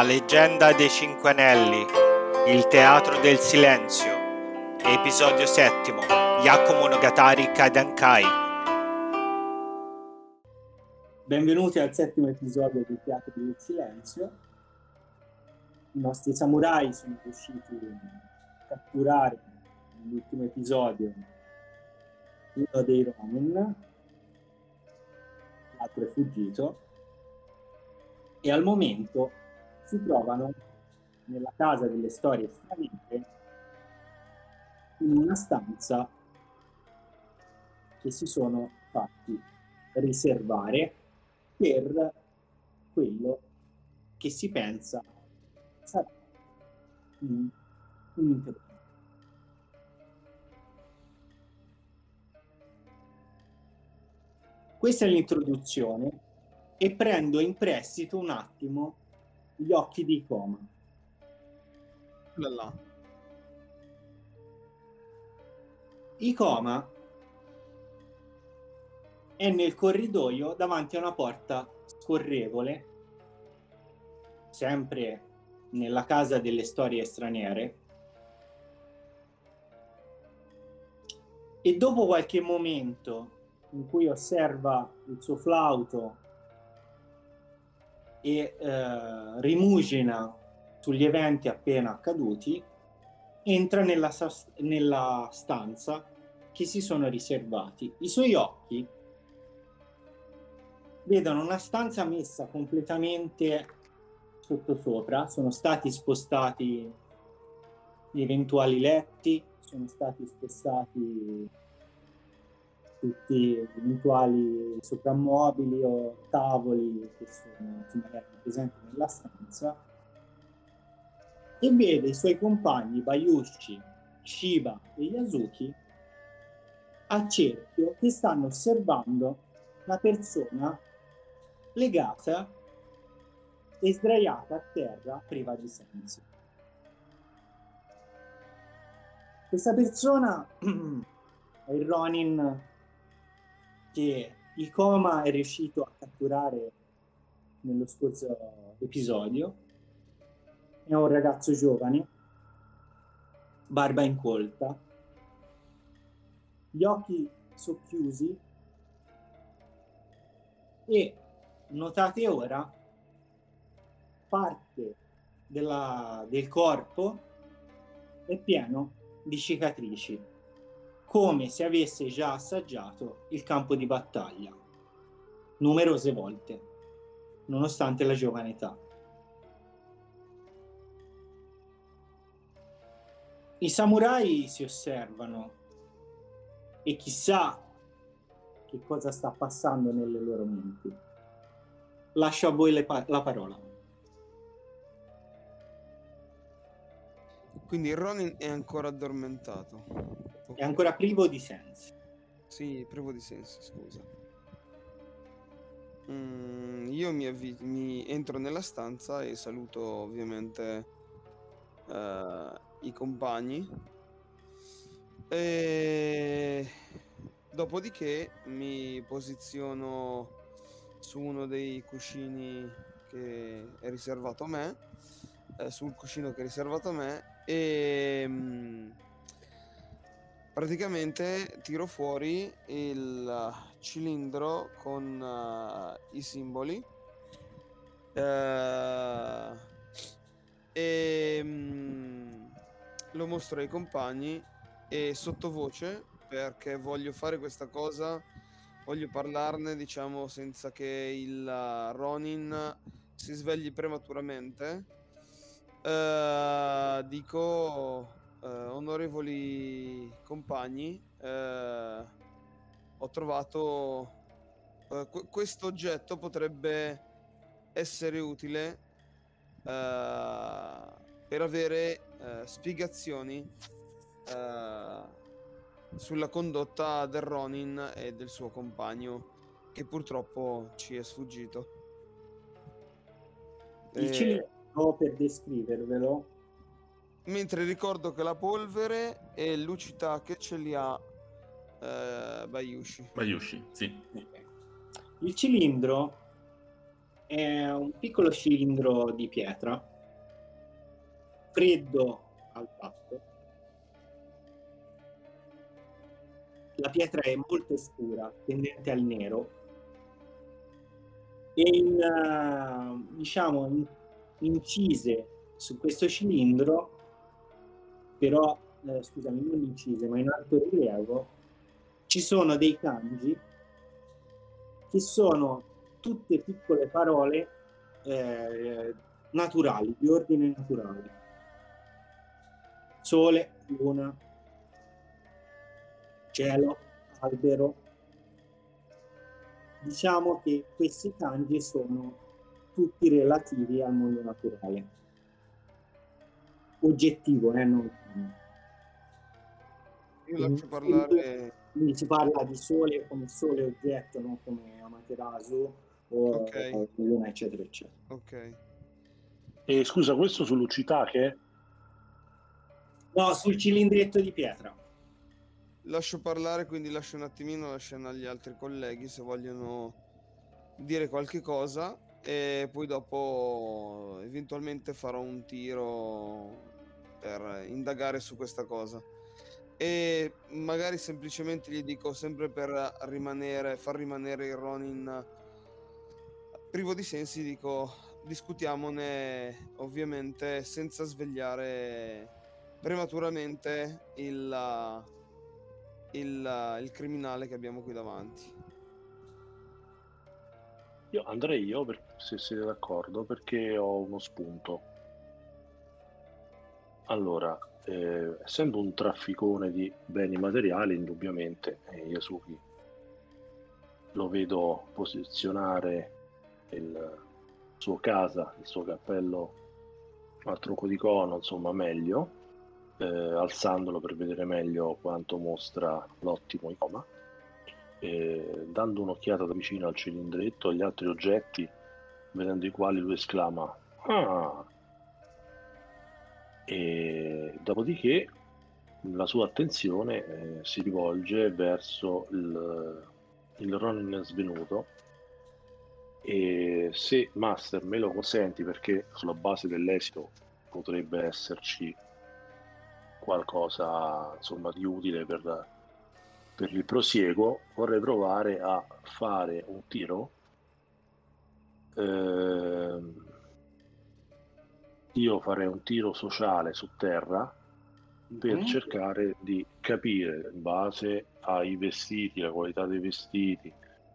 leggenda dei Cinque Anelli, il teatro del silenzio, episodio 7, Yaku Monogatari Kaidankai. Benvenuti al settimo episodio del Teatro del Silenzio. I nostri samurai sono riusciti a catturare nell'ultimo episodio uno dei Ronin, l'altro è fuggito, e al momento si trovano nella casa delle storie straniere in una stanza che si sono fatti riservare per quello che si pensa sarà un intervento. Questa è l'introduzione e prendo in prestito un attimo gli occhi di Ikoma. Ikoma è nel corridoio davanti a una porta scorrevole, sempre nella casa delle storie straniere, e dopo qualche momento in cui osserva il suo flauto e rimugina sugli eventi appena accaduti, entra nella stanza che si sono riservati. I suoi occhi vedono una stanza messa completamente sottosopra, sono stati spostati gli eventuali letti, sono stati spostati tutti gli eventuali soprammobili o tavoli che magari presenti nella stanza, e vede i suoi compagni Bayushi, Shiba e Yasuki a cerchio che stanno osservando una persona legata e sdraiata a terra priva di sensi. Questa persona è il Ronin che Ikoma è riuscito a catturare nello scorso episodio. È un ragazzo giovane, barba incolta, gli occhi socchiusi, e notate ora parte del corpo è pieno di cicatrici, come se avesse già assaggiato il campo di battaglia numerose volte, nonostante la giovane età. I samurai si osservano e chissà che cosa sta passando nelle loro menti. Lascio a voi la parola. Quindi il Ronin è ancora addormentato. È ancora privo di sensi. Sì, privo di sensi, scusa. Io mi entro nella stanza e saluto ovviamente i compagni. E dopodiché mi posiziono su uno dei cuscini che è riservato a me, sul cuscino che è riservato a me, e praticamente tiro fuori il cilindro con i simboli e lo mostro ai compagni, e sottovoce, perché voglio fare questa cosa, voglio parlarne, diciamo, senza che il Ronin si svegli prematuramente. Dico, onorevoli compagni, ho trovato questo oggetto, potrebbe essere utile per avere spiegazioni sulla condotta del Ronin e del suo compagno, che purtroppo ci è sfuggito. Il cilindro, per descrivervelo, mentre ricordo che la polvere e lucida che ce li ha Bayushi, sì. Il cilindro è un piccolo cilindro di pietra freddo al tatto. La pietra è molto scura, tendente al nero, e diciamo incise su questo cilindro, però scusami, non incise, ma in alto rilievo, ci sono dei kanji che sono tutte piccole parole naturali, di ordine naturale. Sole, luna, cielo, albero. Diciamo che questi kanji sono tutti relativi al mondo naturale. Oggettivo, non... Io lascio parlare. Quindi si parla di sole come sole oggetto, non come Amaterasu o luna, eccetera, eccetera. Ok. E scusa, questo sull'Uchitake? No, sul cilindretto di pietra. Lascio parlare, quindi lascio un attimino la scena agli altri colleghi se vogliono dire qualche cosa, e poi dopo eventualmente farò un tiro per indagare su questa cosa. E magari semplicemente gli dico, sempre per far rimanere il Ronin privo di sensi, dico discutiamone ovviamente senza svegliare prematuramente il criminale che abbiamo qui davanti. Io andrei se siete d'accordo, perché ho uno spunto. Allora, essendo un trafficone di beni materiali, indubbiamente Yasuki lo vedo posizionare il suo casa, il suo cappello al tronco di cono, insomma, meglio, alzandolo per vedere meglio quanto mostra l'ottimo Ikoma, dando un'occhiata da vicino al cilindretto e agli altri oggetti, vedendo i quali lui esclama "Ah!" E dopodiché la sua attenzione si rivolge verso il Ronin svenuto, e se Master me lo consenti, perché sulla base dell'esito potrebbe esserci qualcosa, insomma, di utile per il prosieguo, vorrei provare a fare un tiro. Io farei un tiro sociale su terra per cercare di capire, in base ai vestiti, la qualità dei vestiti,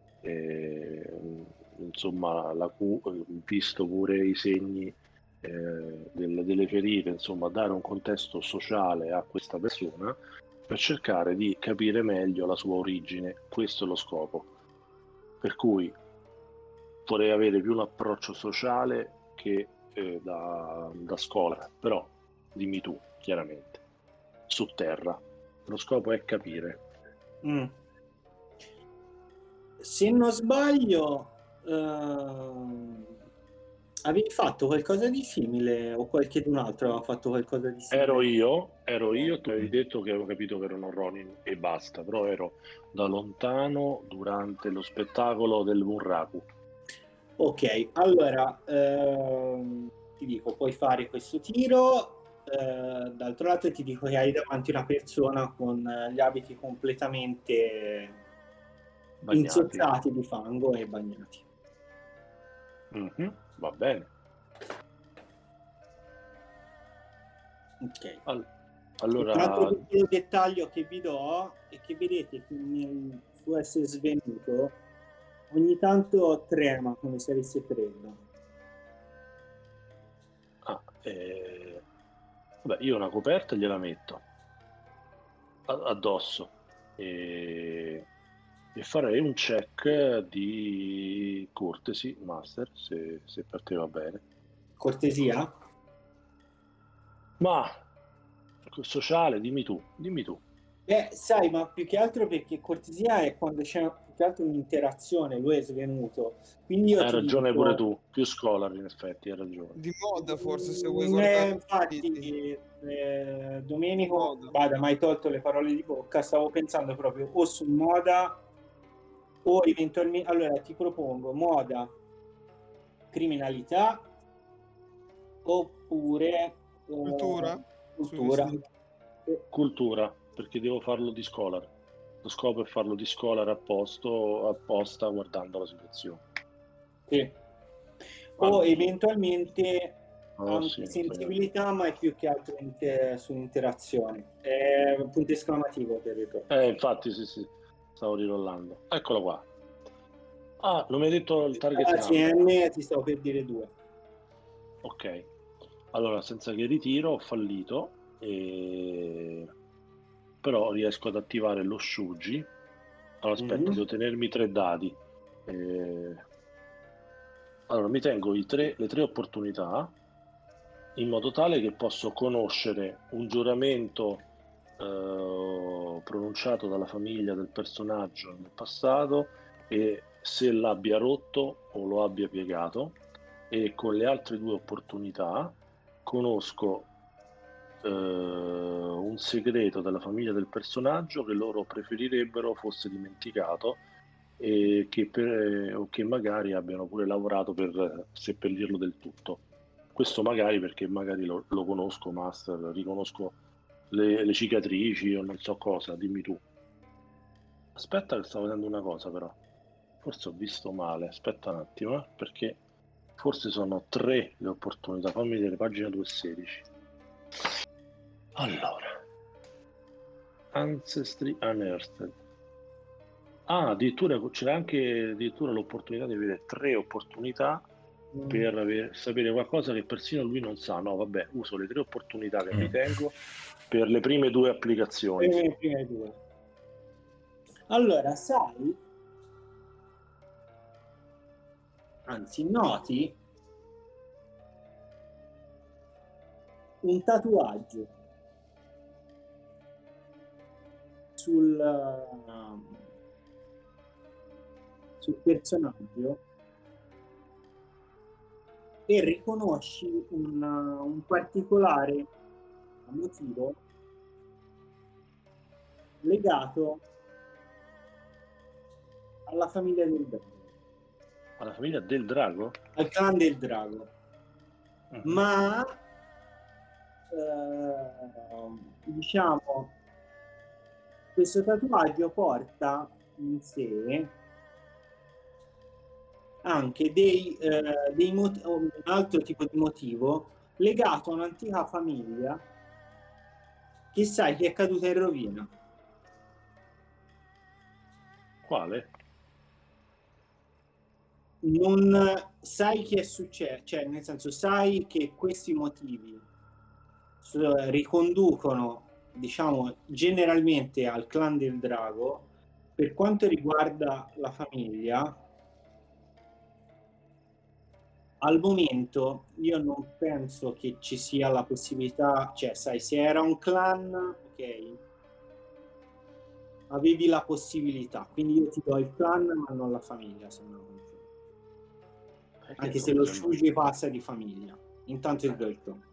insomma, visto pure i segni delle ferite, insomma, dare un contesto sociale a questa persona per cercare di capire meglio la sua origine. Questo è lo scopo. Per cui vorrei avere più un approccio sociale che da scuola, però dimmi tu, chiaramente, su terra. Lo scopo è capire. Se non sbaglio, avevi fatto qualcosa di simile, o qualche d'un altro aveva fatto qualcosa di simile? Ero io, tu avevi detto che avevo capito che ero un Ronin e basta, però ero da lontano durante lo spettacolo del Munraku. Ok, allora ti dico, puoi fare questo tiro. D'altro lato ti dico che hai davanti una persona con gli abiti completamente insozzati di fango e bagnati. Va bene. Ok. Allora, un altro piccolo dettaglio che vi do è che vedete che nel suo essere svenuto ogni tanto trema come se avesse freddo. Vabbè, io una coperta gliela metto addosso e farei un check di courtesy, Master, se per te va bene. Cortesia? Ma sociale, dimmi tu. Sai, ma più che altro perché cortesia è quando c'è più che altro un'interazione, lui è svenuto. Quindi io hai ragione pure tu, più scholar in effetti, hai ragione. Di moda forse, se vuoi guardare. Infatti, Domenico, vada, mai tolto le parole di bocca, stavo pensando proprio o su moda o eventualmente, allora ti propongo moda, criminalità, oppure Cultura? Cultura. Cultura, perché devo farlo di scholar. Lo scopo è farlo di scholar apposta guardando la situazione. Sì. O Allora. eventualmente Oh, anche sì, sensibilità, ma è più che altro su interazione. È un punto esclamativo per il infatti, sì, stavo rirollando. Eccolo qua. Ah, non mi hai detto il target alla number. CN ti stavo per dire 2. Ok. Allora, senza che ritiro, ho fallito, però riesco ad attivare lo Shuji. Allora, aspetta, devo tenermi 3 dadi. Allora, mi tengo le 3 opportunità in modo tale che posso conoscere un giuramento pronunciato dalla famiglia del personaggio nel passato e se l'abbia rotto o lo abbia piegato, e con le altre 2 opportunità conosco un segreto della famiglia del personaggio che loro preferirebbero fosse dimenticato e o che magari abbiano pure lavorato per seppellirlo del tutto. Questo magari perché magari lo conosco, Master, riconosco le cicatrici o non so cosa, dimmi tu. Aspetta che stavo vedendo una cosa però, forse ho visto male, aspetta un attimo, perché forse sono 3 le opportunità, fammi vedere, pagina 216. Allora, Ancestry Unearthed. Ah, addirittura c'era anche addirittura l'opportunità di avere 3 opportunità per sapere qualcosa che persino lui non sa. No, vabbè, uso le 3 opportunità che mi tengo per le prime 2 applicazioni. Le prime 2. Allora, sai, anzi, noti un tatuaggio sul personaggio e riconosci un particolare motivo legato alla famiglia del drago, Alla famiglia del drago? al clan del drago. Ma diciamo, questo tatuaggio porta in sé anche un altro tipo di motivo legato a un'antica famiglia che sai che è caduta in rovina. Quale? Non sai che è successo, cioè nel senso sai che questi motivi riconducono, diciamo, generalmente al clan del drago. Per quanto riguarda la famiglia, al momento io non penso che ci sia la possibilità, cioè sai, se era un clan, ok, avevi la possibilità, quindi io ti do il clan ma non la famiglia, se no non c'è. Anche se lo Shuji passa di famiglia, intanto il do il clan.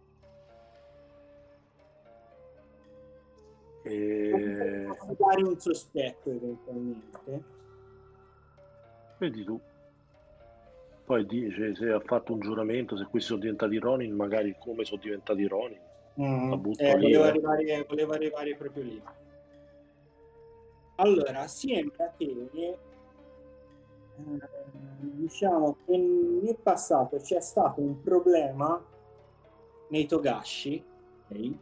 Posso dare un sospetto eventualmente. Vedi tu. Poi dice se ha fatto un giuramento, se questi sono diventati Ronin, magari come sono diventati Ronin. La butto lì. Volevo arrivare proprio lì. Allora, sembra che diciamo che nel passato c'è stato un problema nei Togashi, okay?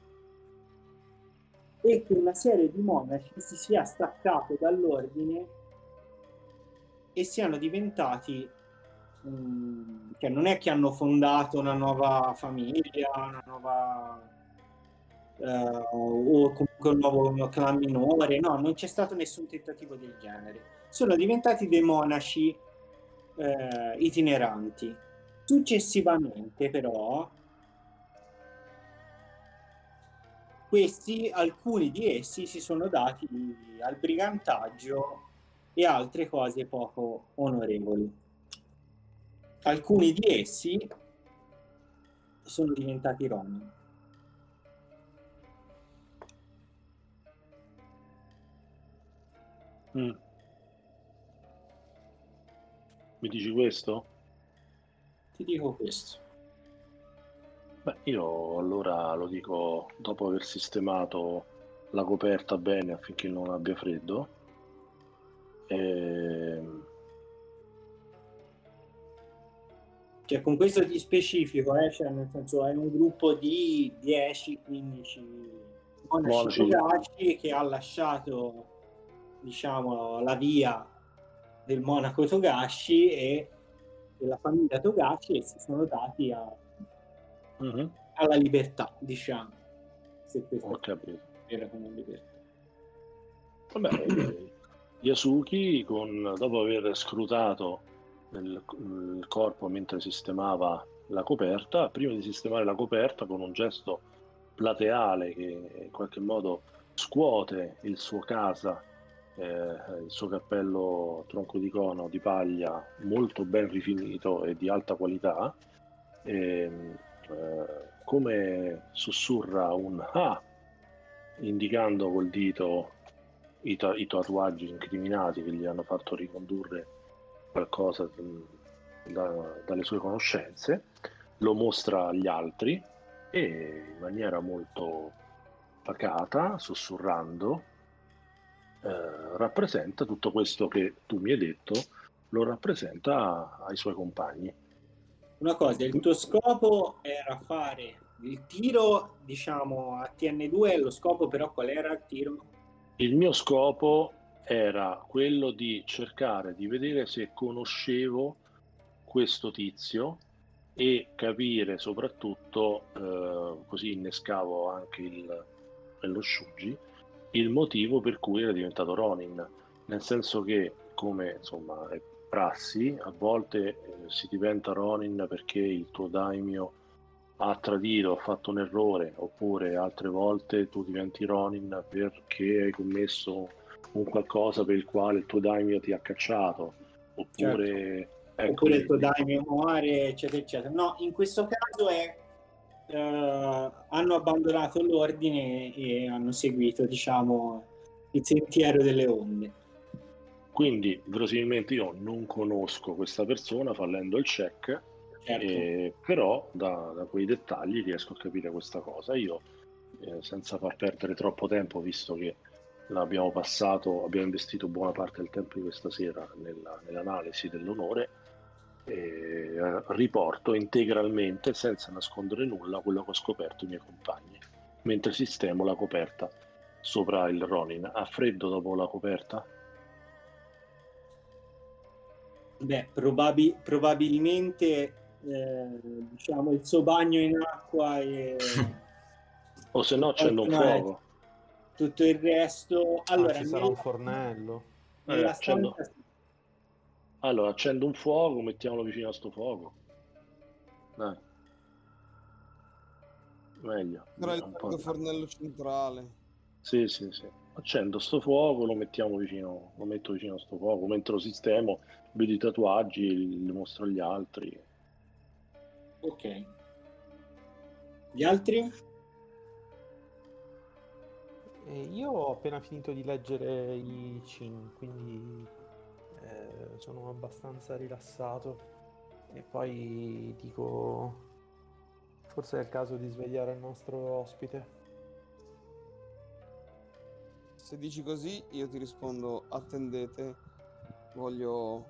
E che una serie di monaci si sia staccato dall'ordine e siano diventati cioè non è che hanno fondato una nuova famiglia, una nuova o comunque un nuovo clan minore, no, non c'è stato nessun tentativo del genere. Sono diventati dei monaci itineranti. Successivamente, però, alcuni di essi si sono dati al brigantaggio e altre cose poco onorevoli. Alcuni di essi sono diventati Ronin. Mi dici questo? Ti dico questo. Beh, io allora lo dico dopo aver sistemato la coperta bene affinché non abbia freddo. Ehm, Cioè, con questo di specifico, cioè, nel senso è un gruppo di 10-15 monaci Monaci. togashi che ha lasciato, diciamo, la via del monaco Togashi e della famiglia Togashi e si sono dati Mhm, alla libertà, diciamo, se ho questo capito. era come libertà. Vabbè, Yasuki, dopo aver scrutato il corpo mentre sistemava la coperta, prima di sistemare la coperta con un gesto plateale che in qualche modo scuote il suo casa, il suo cappello a tronco di cono di paglia molto ben rifinito e di alta qualità, come sussurra un ah, indicando col dito i tatuaggi incriminati che gli hanno fatto ricondurre qualcosa dalle sue conoscenze, lo mostra agli altri e in maniera molto pacata, sussurrando, rappresenta tutto questo che tu mi hai detto, lo rappresenta ai suoi compagni. Una cosa, il tuo scopo era fare il tiro, diciamo, a TN2, lo scopo però qual era il tiro? Il mio scopo era quello di cercare di vedere se conoscevo questo tizio e capire soprattutto, così innescavo anche lo Shuji, il motivo per cui era diventato Ronin, nel senso che, come insomma è prassi, a volte si diventa Ronin perché il tuo daimyo ha tradito, ha fatto un errore, oppure altre volte tu diventi Ronin perché hai commesso un qualcosa per il quale il tuo daimyo ti ha cacciato, Certo. oppure ecco Oppure il tuo daimyo muore, eccetera, eccetera. No, in questo caso hanno abbandonato l'ordine e hanno seguito, diciamo, il sentiero delle onde. quindi verosimilmente io non conosco questa persona fallendo il check, Certo. però da quei dettagli riesco a capire questa cosa. Io, senza far perdere troppo tempo, visto che l'abbiamo passato, abbiamo investito buona parte del tempo di questa sera nell'analisi dell'onore, riporto integralmente, senza nascondere nulla, quello che ho scoperto i miei compagni, mentre sistemo la coperta sopra il Ronin. Ha freddo dopo la coperta? Beh, probabilmente, diciamo, il suo bagno in acqua e O se no accendo un no, fuoco. tutto il resto. Allora, Ci sarà un fornello. nella Accendo. stanza Allora, accendo un fuoco, mettiamolo vicino a sto fuoco. Dai, meglio. Era il Un po'. largo fornello centrale. Sì, sì, sì. Accendo sto fuoco, lo mettiamo vicino, lo metto vicino a sto fuoco. Mentre lo sistemo, vedo i tatuaggi, li mostro agli altri. ok. Gli altri? Io ho appena finito di leggere i Chin, quindi sono abbastanza rilassato. E poi dico, forse è il caso di svegliare il nostro ospite. Se dici così, io ti rispondo: attendete, voglio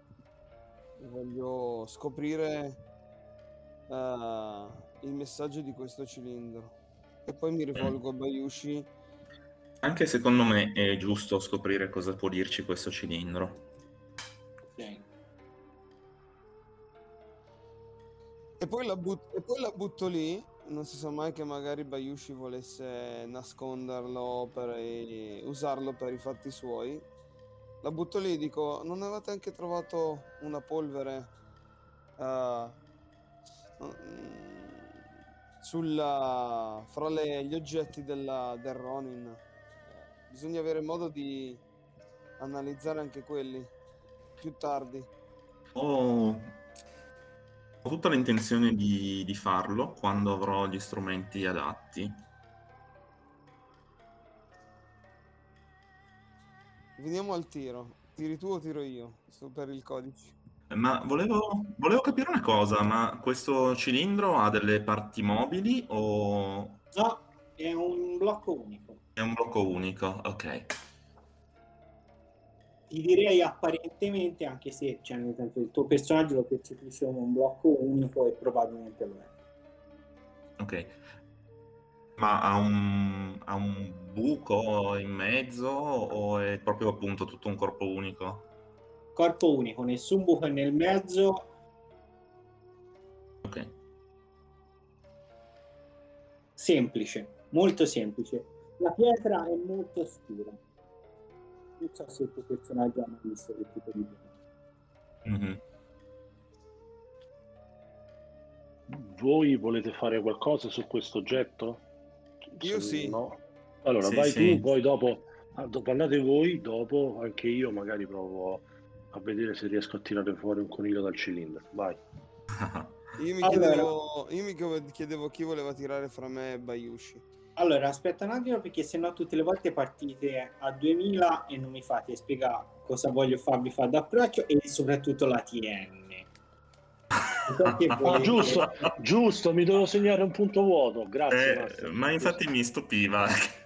scoprire il messaggio di questo cilindro. E poi mi rivolgo a Bayushi. Anche secondo me è giusto scoprire cosa può dirci questo cilindro. Ok. E poi la butto lì. Non si sa mai che magari Bayushi volesse nasconderlo e usarlo per i fatti suoi. La butto lì e dico: non avete anche trovato una polvere fra gli oggetti del Ronin? Bisogna avere modo di analizzare anche quelli più tardi. Ho tutta l'intenzione di farlo quando avrò gli strumenti adatti. Veniamo al tiro. Tiri tu o tiro io? Sto per il codice. Ma volevo capire una cosa, ma questo cilindro ha delle parti mobili o No, è un blocco unico. è un blocco unico? Ok. Ti direi apparentemente, anche se cioè, nel senso, il tuo personaggio lo percepisce come un blocco unico e probabilmente lo è. Ok. Ma ha un buco in mezzo o è proprio appunto tutto un corpo unico? Corpo unico, nessun buco nel mezzo. Ok. Semplice, molto semplice. La pietra è molto scura. Non so se il tuo personaggio ha mai visto quel tipo di pietra. Mhm. Voi volete fare qualcosa su questo oggetto? Io sì. No? Allora, Sì, vai sì. tu, poi dopo andate voi, dopo anche io magari provo a vedere se riesco a tirare fuori un coniglio dal cilindro. Vai. Io mi chiedevo chi voleva tirare fra me e Bayushi. Allora, aspetta un attimo perché sennò tutte le volte partite a 2000 e non mi fate spiegare cosa voglio farvi fare d'approccio e soprattutto la TN. Ah, giusto, mi devo segnare un punto vuoto. Grazie, Master. Ma infatti mi stupiva.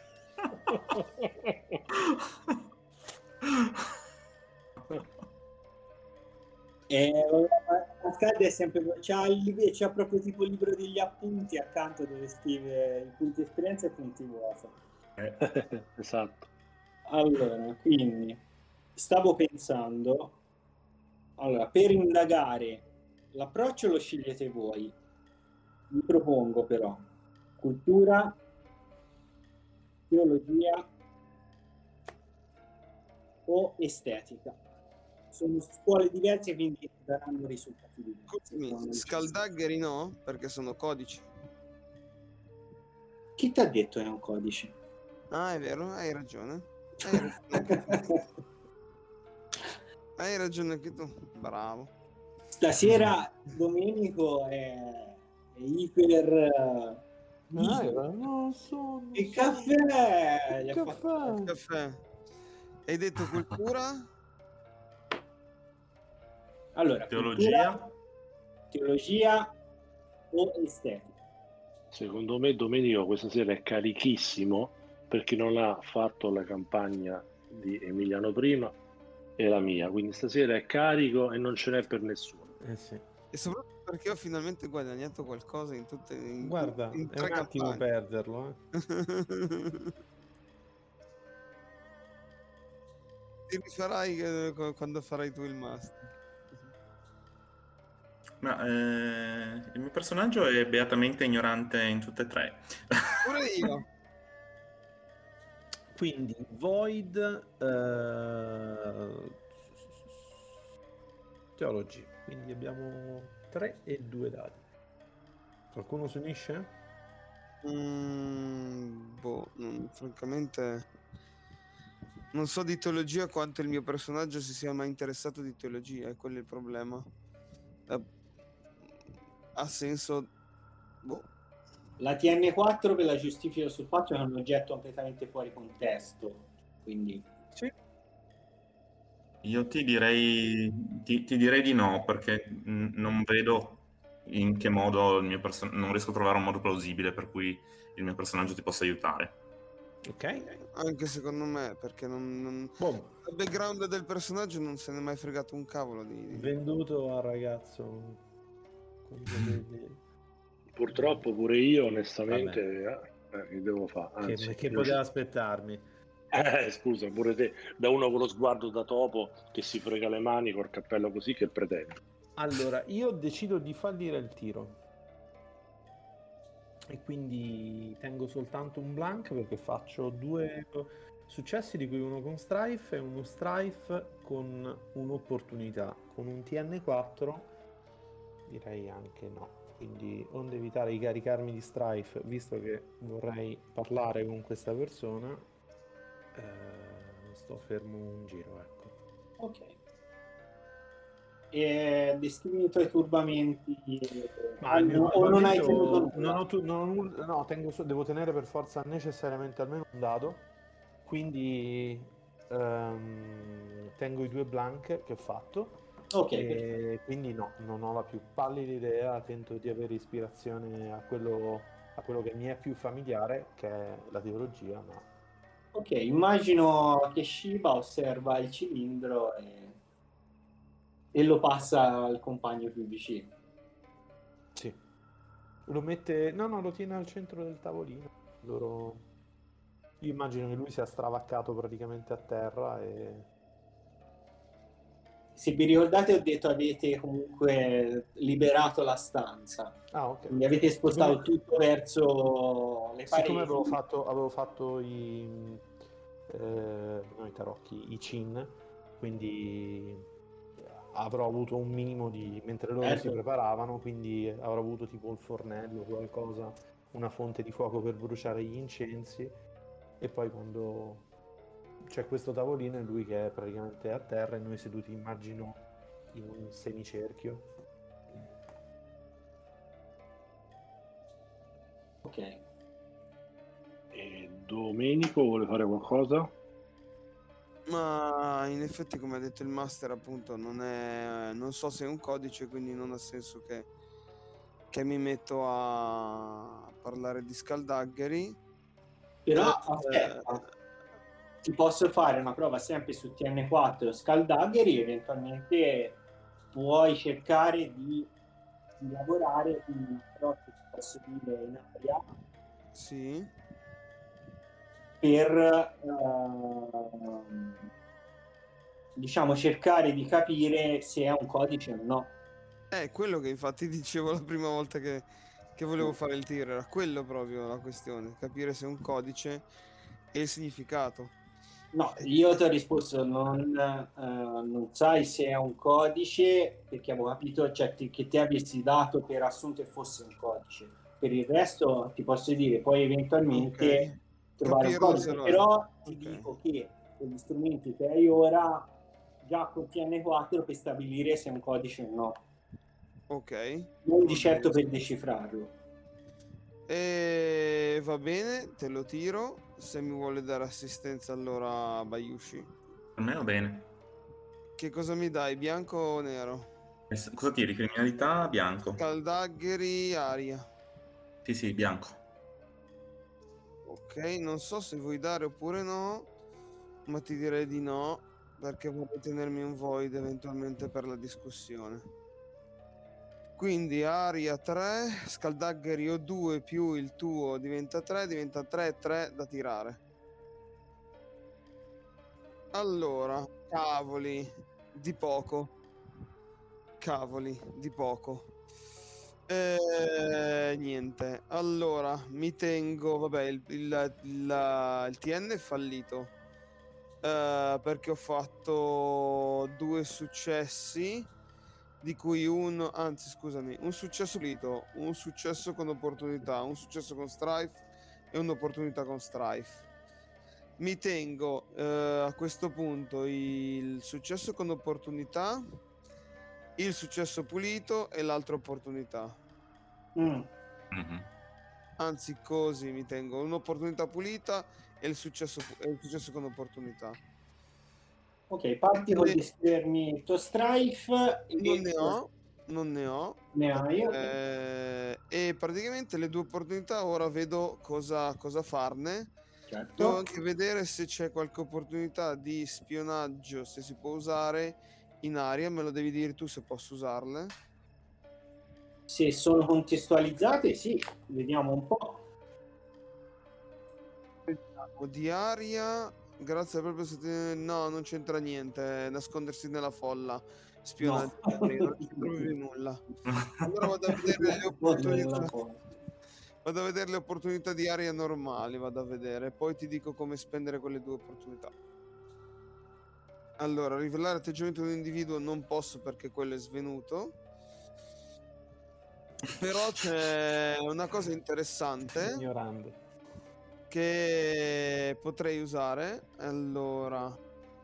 Mascaldi è sempre c'ha proprio tipo il libro degli appunti accanto dove scrive i punti esperienza e i punti vuoto. Esatto. Allora, quindi stavo pensando, allora, per indagare l'approccio lo scegliete voi. Vi propongo però cultura, teologia o estetica. Sono scuole diverse, quindi daranno risultati diversi. Scaldagheri no, perché sono codici. Chi ti ha detto che è un codice? Ah, è vero, hai ragione. Hai ragione anche tu. Bravo. Stasera Domenico è iper... Non so. Il caffè! Il caffè. Caffè. Hai detto cultura? Allora, teologia o estetica? Secondo me Domenico questa sera è carichissimo perché non ha fatto la campagna di Emiliano prima e la mia, quindi stasera è carico e non ce n'è per nessuno. Sì. E soprattutto perché ho finalmente guadagnato qualcosa in tutte Guarda, in è tre un attimo campagne. perderlo. Ti rifarai quando farai tu il master. Ma il mio personaggio è beatamente ignorante in tutte e tre. Pure io. Quindi Void Teology. Quindi abbiamo 3 e 2 dadi. Qualcuno si unisce? Francamente non so di teologia quanto il mio personaggio si sia mai interessato di teologia, è quello il problema. Ha senso. La TN4 ve la giustifico sul fatto che è un oggetto completamente fuori contesto, quindi... Sì. Io ti direi di no, perché non vedo in che modo il mio non riesco a trovare un modo plausibile per cui il mio personaggio ti possa aiutare. Ok. Anche secondo me, perché il background del personaggio non se ne è mai fregato un cavolo di... Venduto al ragazzo con Purtroppo pure io onestamente che devo fare? Anzi, che poteva aspettarmi. Scusa, pure te, da uno con lo sguardo da topo che si frega le mani col cappello così, che pretende? Allora, io decido di fallire il tiro e quindi tengo soltanto un blank perché faccio 2 successi, di cui uno con strife e uno strife con un'opportunità. Con un TN4 direi anche no, quindi onde evitare di caricarmi di strife, visto che vorrei parlare con questa persona, sto fermo un giro, ecco. Ok. E descrivi i tuoi turbamenti. Non hai tenuto nulla? No, devo tenere per forza necessariamente almeno un dado, quindi tengo i 2 blank che ho fatto Ok, E quindi no, non ho la più pallida idea, tento di avere ispirazione a quello che mi è più familiare, che è la teologia, ma ok, immagino che Shiba osserva il cilindro e lo passa al compagno più vicino. sì. Lo mette, no, lo tiene al centro del tavolino. Loro... Io immagino che lui sia stravaccato praticamente a terra e... Se vi ricordate, ho detto avete comunque liberato la stanza, Ah, ok. quindi avete Siccome, spostato tutto verso le siccome pareti. avevo fatto no, i tarocchi, i cin, quindi avrò avuto un minimo di... mentre loro si Certo. preparavano, quindi avrò avuto tipo il fornello, qualcosa, una fonte di fuoco per bruciare gli incensi, e poi quando c'è questo tavolino e lui che è praticamente a terra e noi seduti, immagino, in un semicerchio. Ok. E Domenico vuole fare qualcosa? Ma in effetti, come ha detto il master, appunto, non so se è un codice, quindi non ha senso che mi metto a parlare di scaldagheri. Però Eh, aspetta, ti posso fare una prova sempre su TN4 Scaldagheri, eventualmente puoi cercare di lavorare, però ti posso dire in aria, sì. per diciamo cercare di capire se è un codice o no. È quello che infatti dicevo la prima volta che volevo fare il tiro, era quello proprio la questione, capire se è un codice e il significato. No, io ti ho risposto, non sai se è un codice, perché avevo capito, cioè, che ti avessi dato per assunto che fosse un codice. Per il resto ti posso dire, puoi Ok, eventualmente trovare un capirlo se codice, lo è. però ti Ok, dico che con gli strumenti che hai ora, già con TN4 per stabilire se è un codice o no, ok, non di va certo per benissimo. decifrarlo. E va bene, te lo tiro. Se mi vuole dare assistenza allora Bayushi. Per me va bene. Che cosa mi dai, bianco o nero? Cosa tiri? Criminalità bianco. Scaldagheri, aria. Sì, sì, bianco. Ok, non so se vuoi dare oppure no, ma ti direi di no, perché vorrei tenermi un void eventualmente per la discussione. Quindi aria 3, scaldagheri o 2 più il tuo diventa 3 e 3 da tirare. Allora, cavoli, di poco. Cavoli, di poco. Niente. Allora, mi tengo, vabbè, il TN è fallito. Perché ho fatto 2 successi, di cui uno, anzi scusami, un successo pulito, un successo con opportunità, un successo con strife e un'opportunità con strife. Mi tengo a questo punto il successo con opportunità, il successo pulito e l'altra opportunità. Mm. Mhm. Anzi, così mi tengo un'opportunità pulita e il successo con opportunità. Ok, parti con Ne- descrivermi il tuo strife non e ne ho. ne hai, ok. E praticamente le 2 opportunità ora vedo cosa farne. Devo Certo. anche vedere se c'è qualche opportunità di spionaggio, se si può usare in aria, me lo devi dire tu se posso usarle. Se sono contestualizzate, sì, vediamo un po'. Di aria, grazie proprio se no, non c'entra niente, nascondersi nella folla, spionaggio, No. non ci trovi nulla. Allora vado a vedere le Nella opportunità. foto. Vado a vedere le opportunità di aria normali, vado a vedere, poi ti dico come spendere quelle 2 opportunità. Allora, rivelare atteggiamento di un individuo non posso perché quello è svenuto. Però c'è una cosa interessante Ignorante. che potrei usare. Allora,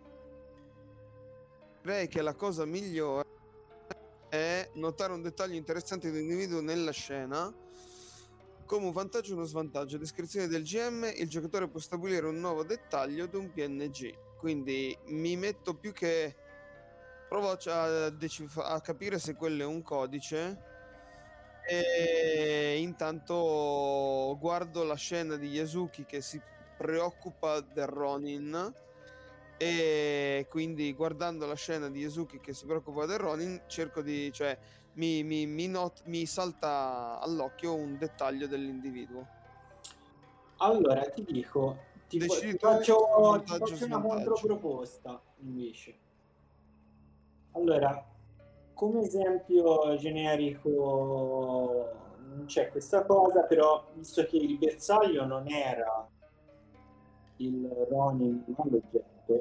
direi che la cosa migliore è notare un dettaglio interessante di un individuo nella scena. Come un vantaggio e uno svantaggio. Descrizione del GM: il giocatore può stabilire un nuovo dettaglio di un PNG. Quindi mi metto più che provo a capire se quello è un codice e intanto guardo la scena di Yasuki che si preoccupa del Ronin e quindi guardando la scena di Yasuki che si preoccupa del Ronin cerco di, cioè mi salta all'occhio un dettaglio dell'individuo. Allora ti dico, ti Decidi tu, faccio vantaggio o una svantaggio. controproposta invece. Allora, come esempio generico non c'è questa cosa, però visto che il bersaglio non era il Ronin, ma l'oggetto,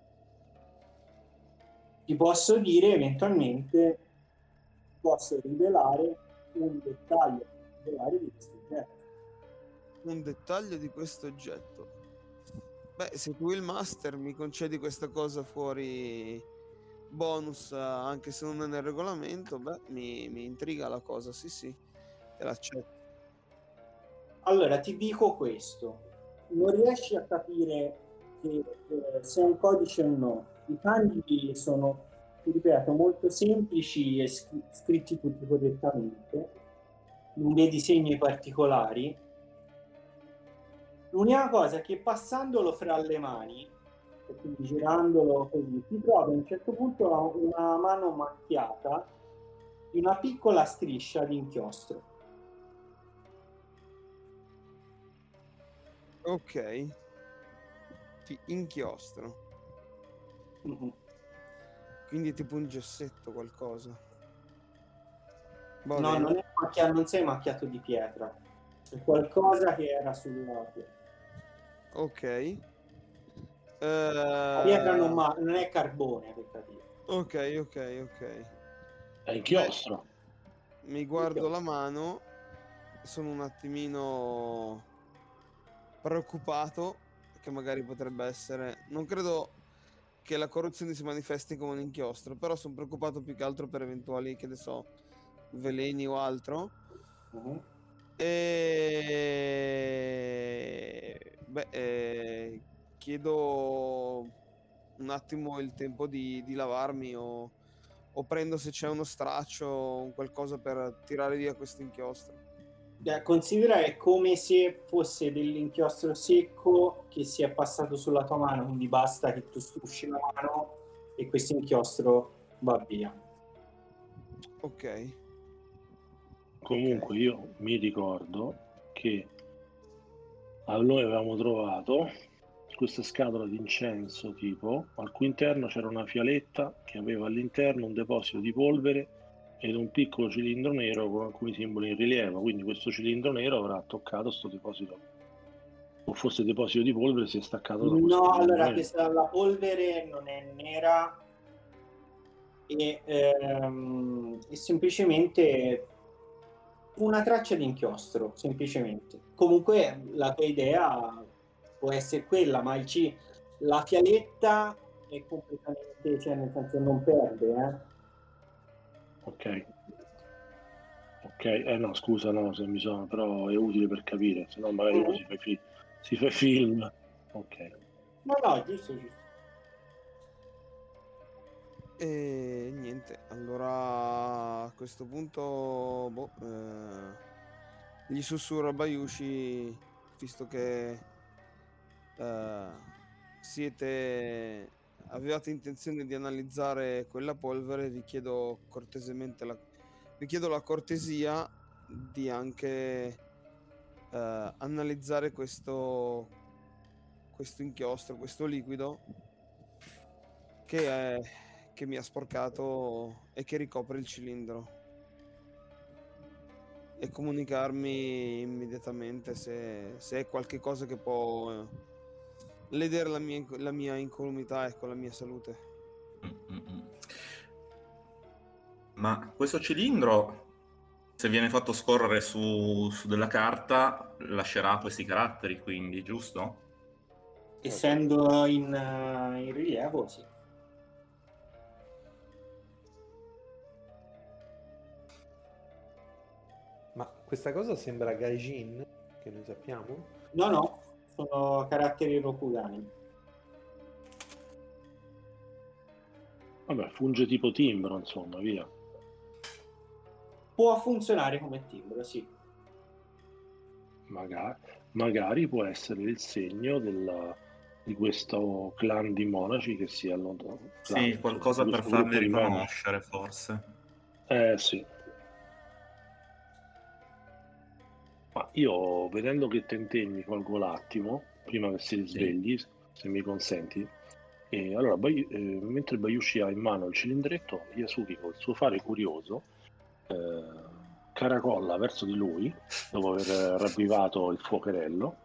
ti posso dire eventualmente posso rivelare un dettaglio particolare di questo oggetto. Un dettaglio di questo oggetto. Beh, se tu il master mi concedi questa cosa fuori bonus, anche se non è nel regolamento, beh, mi intriga la cosa, sì, te l'accetto. Allora, ti dico questo, non riesci a capire che, se è un codice o no. I kanji sono, ti ripeto, molto semplici e scritti tutti correttamente, non vedi segni particolari. L'unica cosa è che passandolo fra le mani, e quindi girandolo così, ti trovi a un certo punto una mano macchiata di una piccola striscia di inchiostro. Ok. Inchiostro. Mm-hmm. Quindi è tipo un gessetto, qualcosa. Va No, bene. non sei macchiato di pietra, è qualcosa che era sulla pietra. Ok. La pietra non è carbone, per capire. Ok. È inchiostro. Mi guardo la mano, sono un attimino preoccupato, che magari potrebbe essere... Non credo che la corruzione si manifesti come un inchiostro, però sono preoccupato più che altro per eventuali, che ne so, veleni o altro. Uh-huh. E... Beh, chiedo un attimo il tempo di lavarmi o prendo se c'è uno straccio o qualcosa per tirare via questo inchiostro. Considera è come se fosse dell'inchiostro secco che si è passato sulla tua mano, quindi basta che tu strusci la mano e questo inchiostro va via. Ok. Comunque io mi ricordo che noi avevamo trovato questa scatola di incenso tipo, al cui interno c'era una fialetta che aveva all'interno un deposito di polvere ed un piccolo cilindro nero con alcuni simboli in rilievo, quindi questo cilindro nero avrà toccato questo deposito, o forse il deposito di polvere si è staccato da questo No, cilindro allora nero. la polvere non è nera e semplicemente una traccia di inchiostro, semplicemente. Comunque la tua idea può essere quella, ma la fialetta è completamente, cioè nel senso non perde, Ok, no, scusa, no, se mi sono, però è utile per capire, se no magari uno si fa film. Ok. No, giusto. E niente, allora a questo punto gli sussurro a Bayushi, visto che avevate intenzione di analizzare quella polvere, vi chiedo la cortesia di anche analizzare questo inchiostro, questo liquido che mi ha sporcato e che ricopre il cilindro, e comunicarmi immediatamente se è qualche cosa che può ledere la mia incolumità e con la mia salute. Ma questo cilindro, se viene fatto scorrere su della carta, lascerà questi caratteri, quindi, giusto? Essendo in rilievo, sì. Ma questa cosa sembra Gaijin, che noi sappiamo? No, sono caratteri rokugani. Vabbè, funge tipo timbro, insomma, via. Può funzionare come timbro, sì. Magari può essere il segno di questo clan di monaci che si allontana. Sì, qualcosa per farli riconoscere, forse. Sì. Ma io, vedendo che tentenni, colgo l'attimo, prima che si risvegli, se mi consenti. E allora, mentre Bayushi ha in mano il cilindretto, Yasuki, col suo fare curioso, caracolla verso di lui, dopo aver ravvivato il fuocherello,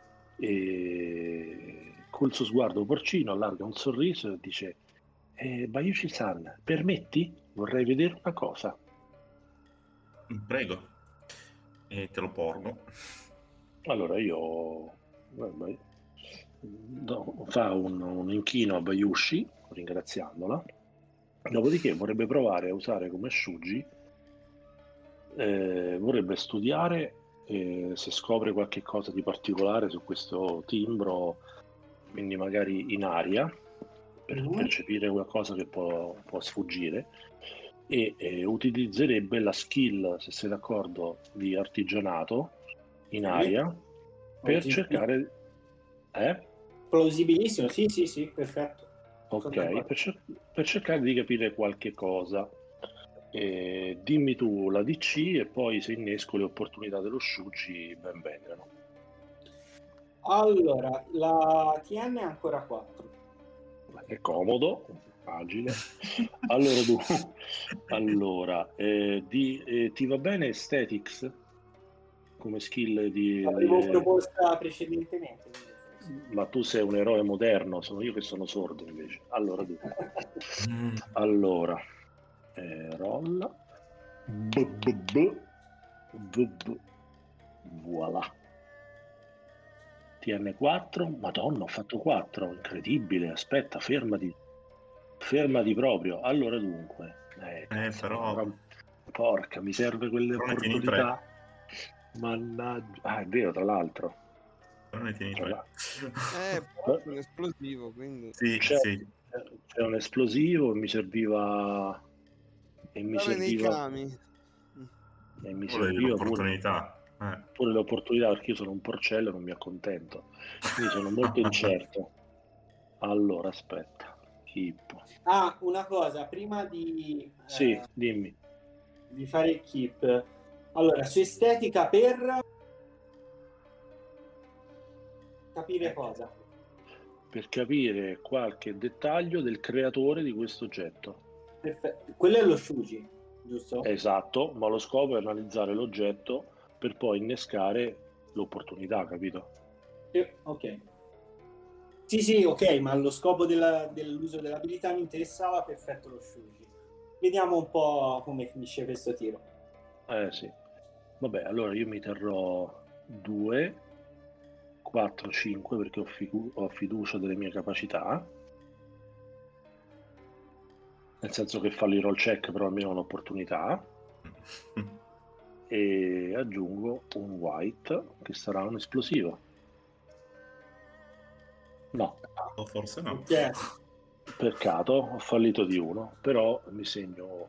e col suo sguardo porcino allarga un sorriso e dice: Bayushi-san, permetti? Vorrei vedere una cosa. Prego. E te lo porgo. Allora io fa un inchino a Bayushi, ringraziandola, dopodiché vorrebbe provare a usare come Shuji, vorrebbe studiare se scopre qualche cosa di particolare su questo timbro, quindi magari in aria, per percepire qualcosa che può sfuggire, e utilizzerebbe la skill, se sei d'accordo, di artigianato in aria per cercare... Plausibilissimo, sì, perfetto. Ok, per cercare di capire qualche cosa. Dimmi tu la DC e poi se innesco le opportunità dello Shuji ben vengano. Allora, la TN è ancora 4. È comodo, agile. Allora, ti va bene Aesthetics come skill L'avevo proposta precedentemente. Ma tu sei un eroe moderno, sono io che sono sordo invece. Allora, rolla. Voilà. TN4, Madonna, ho fatto 4, incredibile. Aspetta, fermati proprio. Allora dunque, però porca, mi serve quelle però ne tieni opportunità. Mannaggia, è vero, tra l'altro. Però ne tieni 3. Però è un esplosivo, quindi Sì. C'è un esplosivo e mi serviva nei kami. E mi serviva l'opportunità. Pure l'opportunità, perché io sono un porcello e non mi accontento, quindi sono molto incerto. Allora aspetta, keep. Una cosa prima di Sì, dimmi. di fare il keep. Allora, su estetica per capire cosa? Per capire qualche dettaglio del creatore di questo oggetto. Perfetto. Quello è lo Shuji, giusto? Esatto, ma lo scopo è analizzare l'oggetto per poi innescare l'opportunità, capito? Ok. Sì, ok, ma lo scopo dell'uso dell'abilità mi interessava, perfetto lo Shuji. Vediamo un po' come finisce questo tiro. Sì. Vabbè, allora io mi terrò 2, 4, 5 perché ho fiducia delle mie capacità. Nel senso che fallirò il check, però almeno un'opportunità. E aggiungo un white che sarà un esplosivo. No. O forse no. Okay. Peccato, ho fallito di 1, però mi segno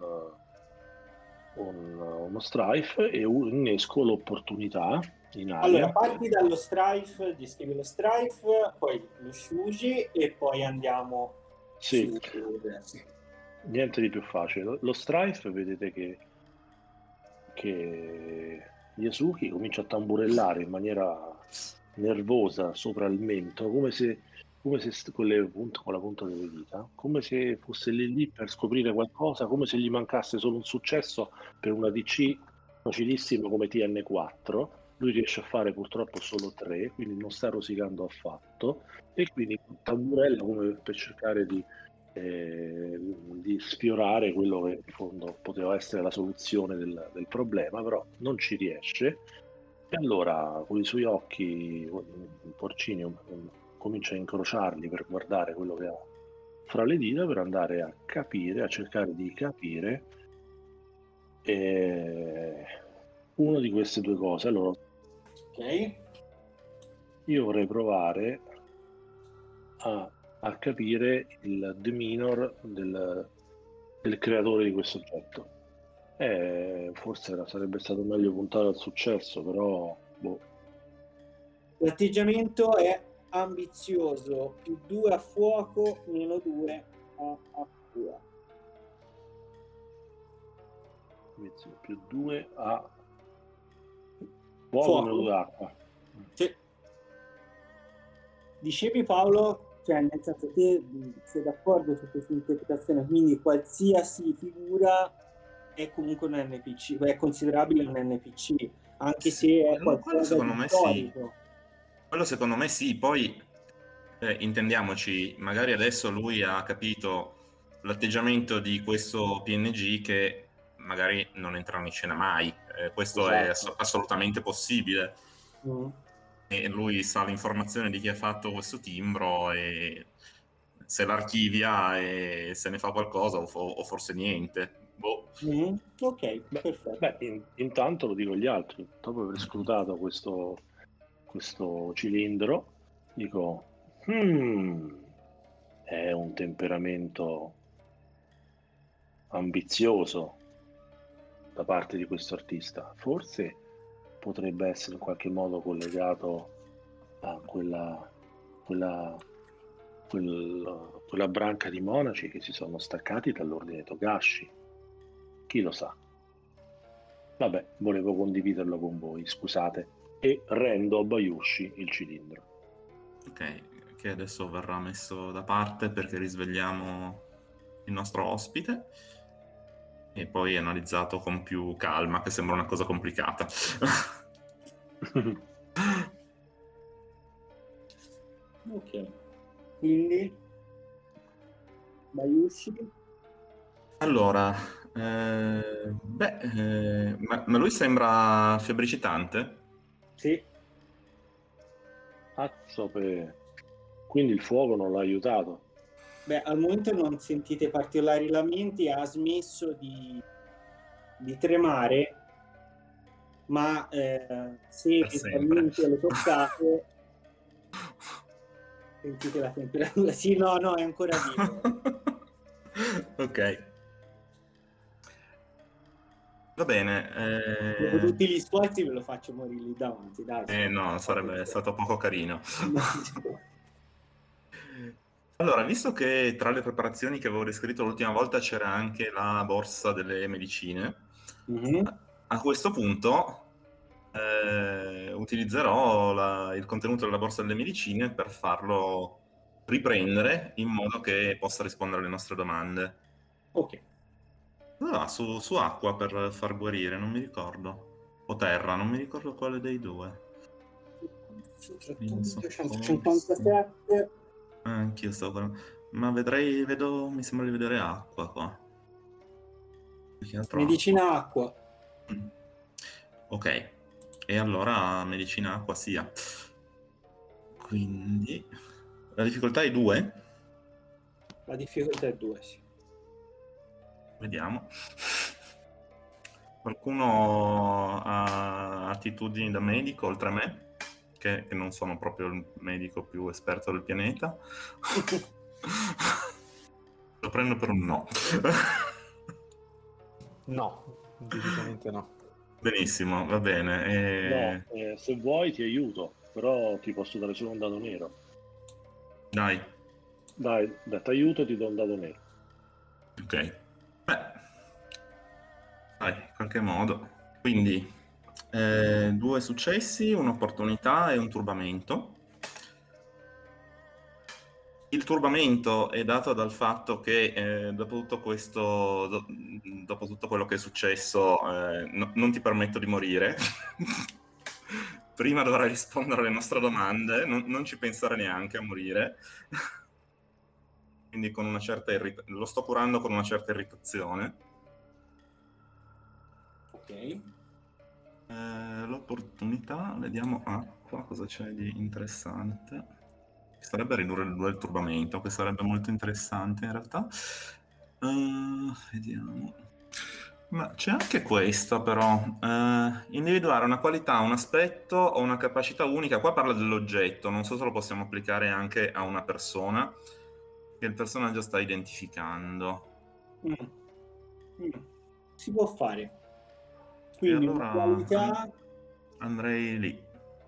uno strife e innesco l'opportunità in aria. Allora, parti dallo strife, descrivi lo strife, poi lo Shuji e poi andiamo Sì. Niente di più facile. Lo strife, vedete che Yasuki comincia a tamburellare in maniera nervosa sopra il mento, come se con la punta delle dita, come se fosse lì per scoprire qualcosa, come se gli mancasse solo un successo per una DC facilissimo come TN4. Lui riesce a fare purtroppo solo 3, quindi non sta rosicando affatto, e quindi tamburella come per cercare di sfiorare quello che in fondo poteva essere la soluzione del problema, però non ci riesce. E allora con i suoi occhi porcini comincia a incrociarli per guardare quello che ha fra le dita, per andare a capire, a cercare di capire una di queste due cose. Allora, ok, io vorrei provare a a capire il demeanor del creatore di questo oggetto. Forse sarebbe stato meglio puntare al successo, però boh. L'atteggiamento è ambizioso, +2 a fuoco, -2 a acqua. +2 a fuoco, -2 acqua. Sì. Dicevi, Paolo, cioè nel senso che sei d'accordo su questa interpretazione, quindi qualsiasi figura è comunque un NPC, è considerabile un NPC, anche se è qualcosa di storico. Sì. Quello secondo me sì, poi intendiamoci, magari adesso lui ha capito l'atteggiamento di questo PNG che magari non entrerà in scena mai, questo Esatto. è assolutamente possibile. Mm. E lui sa l'informazione di chi ha fatto questo timbro e se l'archivia e se ne fa qualcosa o forse niente. Boh. Ok, perfetto. Beh, intanto lo dico agli altri, dopo aver scrutato questo cilindro, dico, è un temperamento ambizioso da parte di questo artista. Forse potrebbe essere in qualche modo collegato a quella branca di monaci che si sono staccati dall'ordine Togashi. Chi lo sa? Vabbè, volevo condividerlo con voi, scusate. E rendo a Bayushi il cilindro. Ok, che adesso verrà messo da parte perché risvegliamo il nostro ospite e poi analizzato con più calma, che sembra una cosa complicata. Ok, quindi Bayushi. Allora, ma lui sembra febbricitante? Sì. Quindi il fuoco non l'ha aiutato. Beh, al momento non sentite particolari lamenti, ha smesso di tremare, ma se eventualmente lo toccate sentite la temperatura. Sì, no, è ancora vivo. Ok. Va bene. Dopo tutti gli sforzi ve lo faccio morire lì davanti, dai. No, sarebbe stato poco carino. Allora, visto che tra le preparazioni che avevo descritto l'ultima volta c'era anche la borsa delle medicine, a questo punto utilizzerò il contenuto della borsa delle medicine per farlo riprendere in modo che possa rispondere alle nostre domande. Ok. Su acqua per far guarire, non mi ricordo. O terra, non mi ricordo quale dei due. 257. Anch'io stavo guardando. Ma mi sembra di vedere acqua qua. Medicina acqua. Ok, e allora medicina acqua sia. Quindi la difficoltà è 2? La difficoltà è 2, sì. Vediamo. Qualcuno ha attitudini da medico oltre a me? Che non sono proprio il medico più esperto del pianeta. Lo prendo per un no. No, decisamente no. Benissimo, va bene. No, se vuoi ti aiuto, però ti posso dare solo un dado nero. Dai, ti aiuto e ti do un dado nero. ok. Beh, dai, in qualche modo. Quindi 2 successi, un'opportunità e un turbamento. Il turbamento è dato dal fatto che dopo tutto questo, dopo tutto quello che è successo, non ti permetto di morire. Prima dovrai rispondere alle nostre domande, non ci pensare neanche a morire. Quindi con una certa lo sto curando con una certa irritazione. Ok. L'opportunità, vediamo acqua, cosa c'è di interessante. Sarebbe ridurre il turbamento, che sarebbe molto interessante in realtà. Vediamo. Ma c'è anche questa però. Individuare una qualità, un aspetto o una capacità unica. Qua parla dell'oggetto, non so se lo possiamo applicare anche a una persona. che il personaggio sta identificando. Si può fare. E Quindi allora qualità... andrei lì.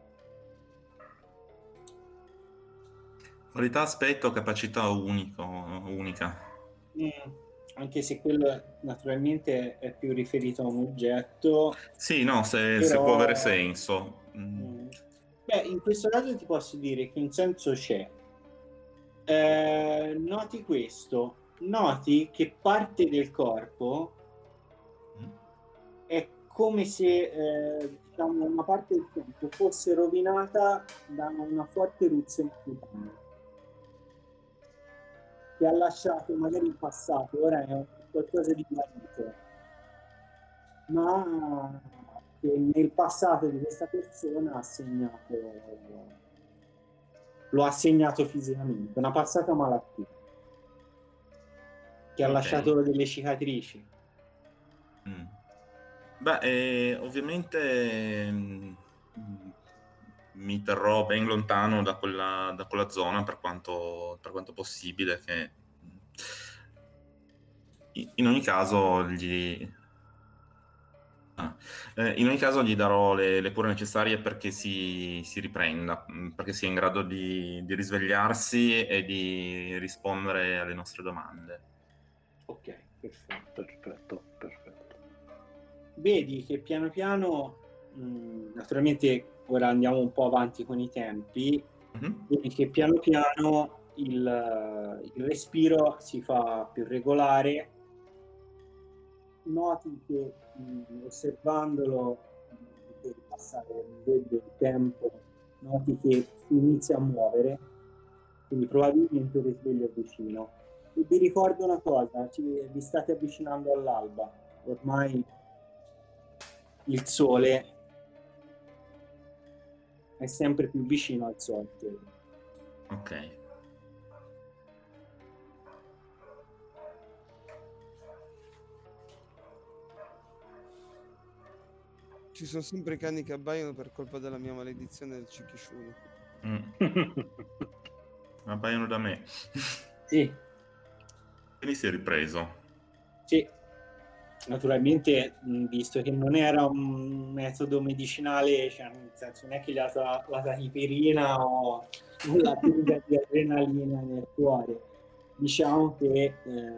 Qualità, aspetto, capacità unica. Anche se quello naturalmente è più riferito a un oggetto. Sì, no, se Però- può avere senso. Beh, in questo caso ti posso dire che un senso c'è. Noti questo, noti che parte del corpo è come se diciamo, una parte del corpo fosse rovinata da una forte eruzione cutanea che ha lasciato magari il passato, ora è qualcosa di guarito, ma che nel passato di questa persona lo ha segnato fisicamente, una passata malattia che ha lasciato delle cicatrici. Beh, ovviamente mi terrò ben lontano da quella zona per quanto possibile, che in ogni caso gli darò le cure necessarie perché si riprenda, perché sia in grado di risvegliarsi e di rispondere alle nostre domande. Ok, perfetto. Vedi che piano piano, naturalmente ora andiamo un po' avanti con i tempi, vedi che piano piano il respiro si fa più regolare, noti che osservandolo per passare del tempo, noti che si inizia a muovere, quindi probabilmente il risveglio è vicino. E vi ricordo una cosa, vi state avvicinando all'alba, ormai il sole è sempre più vicino al sorgere. Ok. Ci sono sempre i cani che abbaiano per colpa della mia maledizione del Chikishuno. Appaiono da me. Sì. Quindi si è ripreso. Sì. Naturalmente, visto che non era un metodo medicinale, cioè nel senso non è che gli ha dato la tachipirina o la pilula di adrenalina nel cuore, diciamo che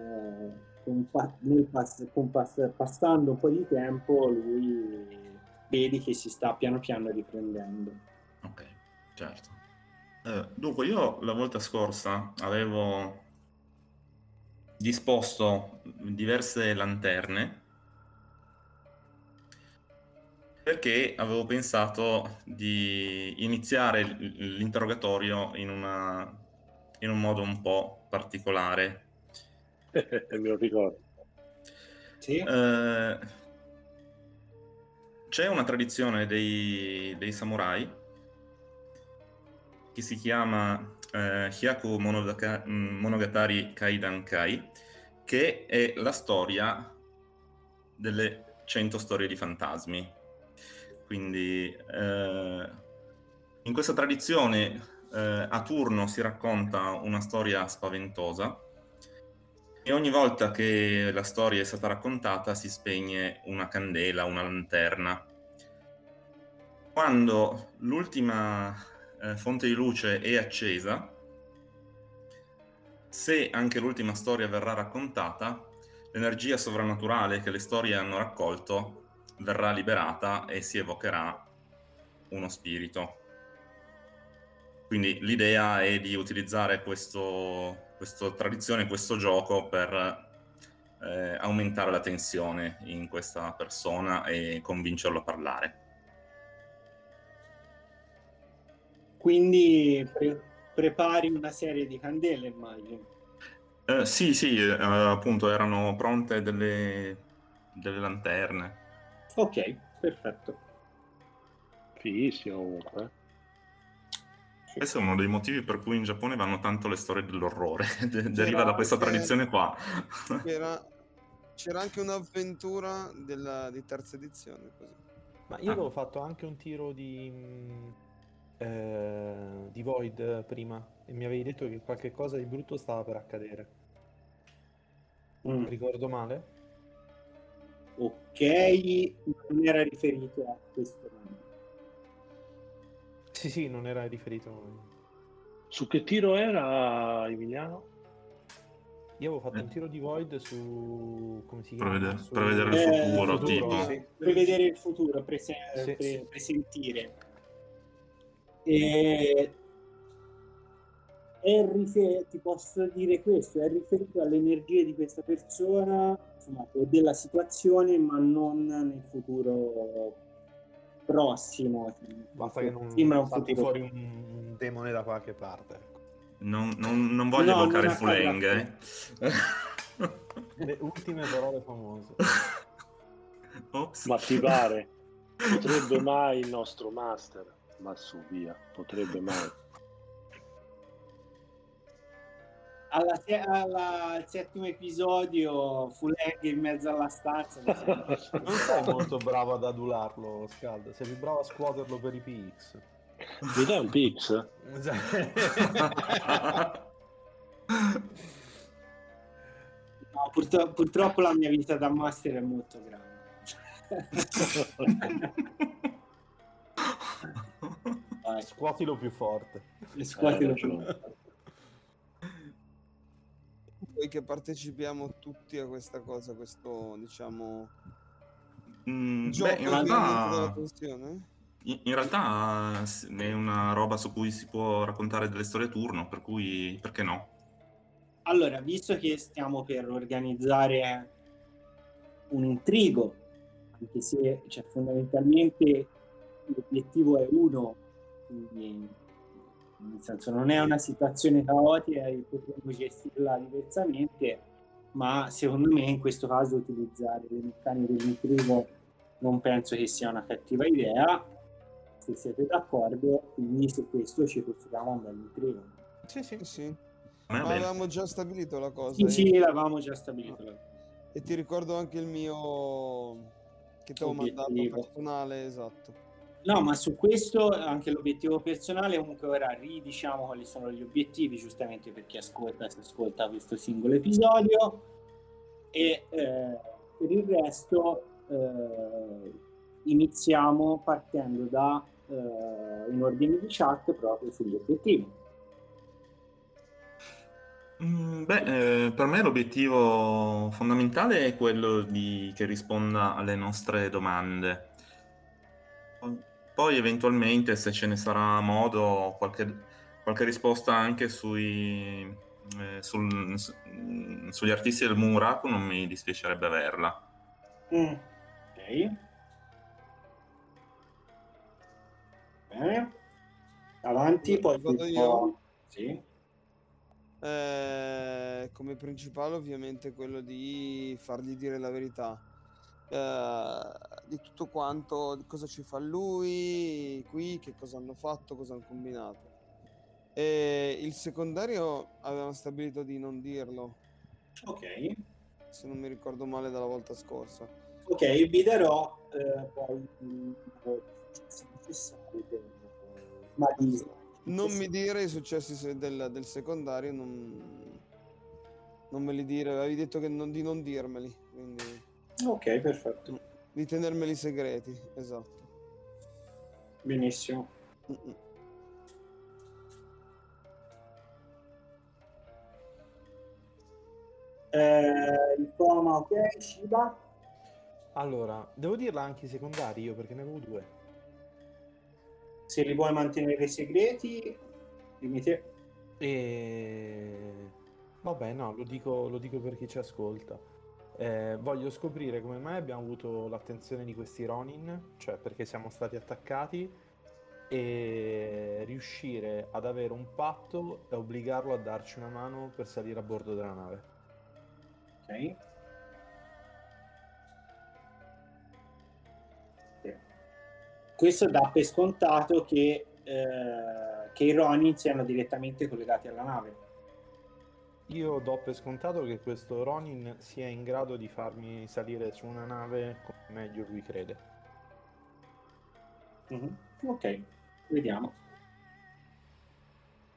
passando un po' di tempo lui vedi che si sta piano piano riprendendo. Ok, certo. Dunque, io la volta scorsa avevo disposto diverse lanterne perché avevo pensato di iniziare l'interrogatorio in un modo un po' particolare. Me lo ricordo. Sì? C'è una tradizione dei samurai che si chiama Hyaku Monogatari Kaidankai, che è la storia delle 100 storie di fantasmi. Quindi in questa tradizione a turno si racconta una storia spaventosa e ogni volta che la storia è stata raccontata si spegne una candela, una lanterna. Quando l'ultima fonte di luce è accesa, se anche l'ultima storia verrà raccontata, l'energia sovrannaturale che le storie hanno raccolto verrà liberata e si evocherà uno spirito. Quindi l'idea è di utilizzare questa tradizione, questo gioco per aumentare la tensione in questa persona e convincerlo a parlare. Quindi prepari una serie di candele, immagino. Sì, appunto erano pronte delle lanterne. Ok, perfetto. Fighissimo comunque. Questo è uno dei motivi per cui in Giappone vanno tanto le storie dell'orrore. Deriva da questa tradizione qua. C'era anche un'avventura di terza edizione così. Ma io avevo fatto anche un tiro di di Void prima e mi avevi detto che qualche cosa di brutto stava per accadere. Ricordo male? Ok, non era riferito a questo momento. Sì, non era riferito. Su che tiro era, Emiliano? Io avevo fatto un tiro di Void su... come si chiama? Prevedere il futuro, tipo. Sì. Prevedere il futuro, Sì. presentire. Ti posso dire questo, è riferito alle energie di questa persona, insomma, o della situazione, ma non nel futuro prossimo. Basta che non Sembra un salti futuro fuori un demone da qualche parte. Ecco. Non voglio No, evocare non Fuleng, Le ultime parole famose. Ops. Ma ti pare? Potrebbe mai il nostro master? Ma su, via, potrebbe mai. al settimo episodio Fuleg in mezzo alla stanza. Non sei molto bravo ad adularlo, Scald, sei più bravo a scuoterlo per i PX. Mi dai un pix? No, purtroppo la mia vita da master è molto grande. Vai. Scuotilo più forte. Scuotilo più forte. Poi che partecipiamo tutti a questa cosa, questo diciamo Beh, gioco di aumento della tensione? In realtà è una roba su cui si può raccontare delle storie a turno, per cui perché no? Allora, visto che stiamo per organizzare un intrigo, anche se fondamentalmente l'obiettivo è uno, quindi nel senso non è una situazione caotica e potremmo gestirla diversamente, ma secondo me in questo caso utilizzare le meccaniche dell'intrigo non penso che sia una cattiva idea, se siete d'accordo, quindi su questo ci costruiamo un bel intrigo. Sì. Ma avevamo già stabilito la cosa. Sì, l'avevamo già stabilito. E ti ricordo anche il mio che ti ho mandato personale, esatto. No, ma su questo anche l'obiettivo personale, comunque ora ridiciamo quali sono gli obiettivi, giustamente per chi ascolta questo singolo episodio, e per il resto iniziamo partendo da in ordine di chat proprio sugli obiettivi. Per me l'obiettivo fondamentale è quello che risponda alle nostre domande. Poi eventualmente, se ce ne sarà modo, qualche risposta anche sugli artisti del Muraku non mi dispiacerebbe averla. Ok. Bene. Avanti, poi vado io. Sì. Come principale ovviamente quello di fargli dire la verità di tutto quanto, di cosa ci fa lui qui, che cosa hanno fatto, cosa hanno combinato. E il secondario avevamo stabilito di non dirlo, Ok, se non mi ricordo male dalla volta scorsa. ok, vi darò poi necessari per non mi dire i successi del secondario, non me li dire, avevi detto che di non dirmeli, quindi ok, perfetto, di tenermeli segreti, esatto. benissimo. Il coma, ok, Shiba. Allora, devo dirla anche i secondari io perché ne avevo due. Se li vuoi mantenere segreti, dimmi te. Vabbè, no, lo dico per chi ci ascolta. Voglio scoprire come mai abbiamo avuto l'attenzione di questi Ronin, cioè perché siamo stati attaccati, e riuscire ad avere un patto e obbligarlo a darci una mano per salire a bordo della nave. Ok. Questo dà per scontato che i Ronin siano direttamente collegati alla nave. Io do per scontato che questo Ronin sia in grado di farmi salire su una nave come meglio lui crede. Ok, vediamo.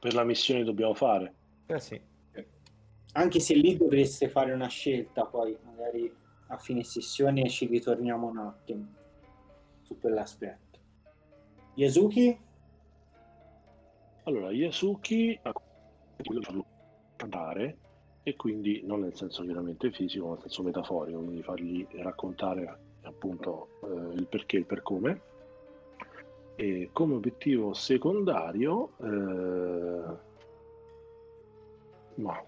Per la missione che dobbiamo fare. Sì. Anche se lì dovreste fare una scelta, poi magari a fine sessione ci ritorniamo un attimo su quell'aspetto. Yasuki? Allora, Yasuki ha quello di farlo cantare, e quindi non nel senso chiaramente fisico, ma nel senso metaforico, quindi fargli raccontare appunto il perché e il per come. E come obiettivo secondario, ma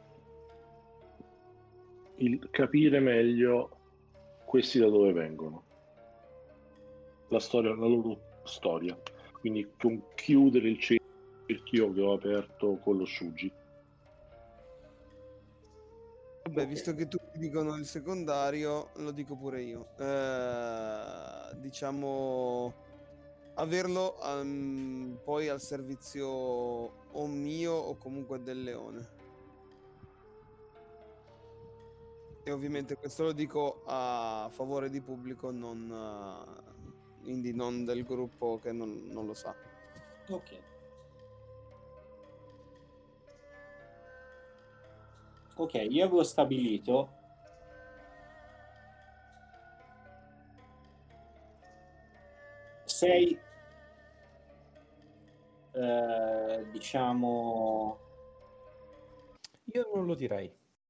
il capire meglio questi da dove vengono, la loro storia, quindi chiudere il cerchio che ho aperto con lo Shuji. Vabbè, Ok. visto che tutti dicono il secondario, lo dico pure io. Diciamo averlo poi al servizio o mio o comunque del leone. E ovviamente questo lo dico a favore di pubblico, quindi non del gruppo che non lo sa. Ok. Ok, io avevo stabilito sei, diciamo, Io non lo direi.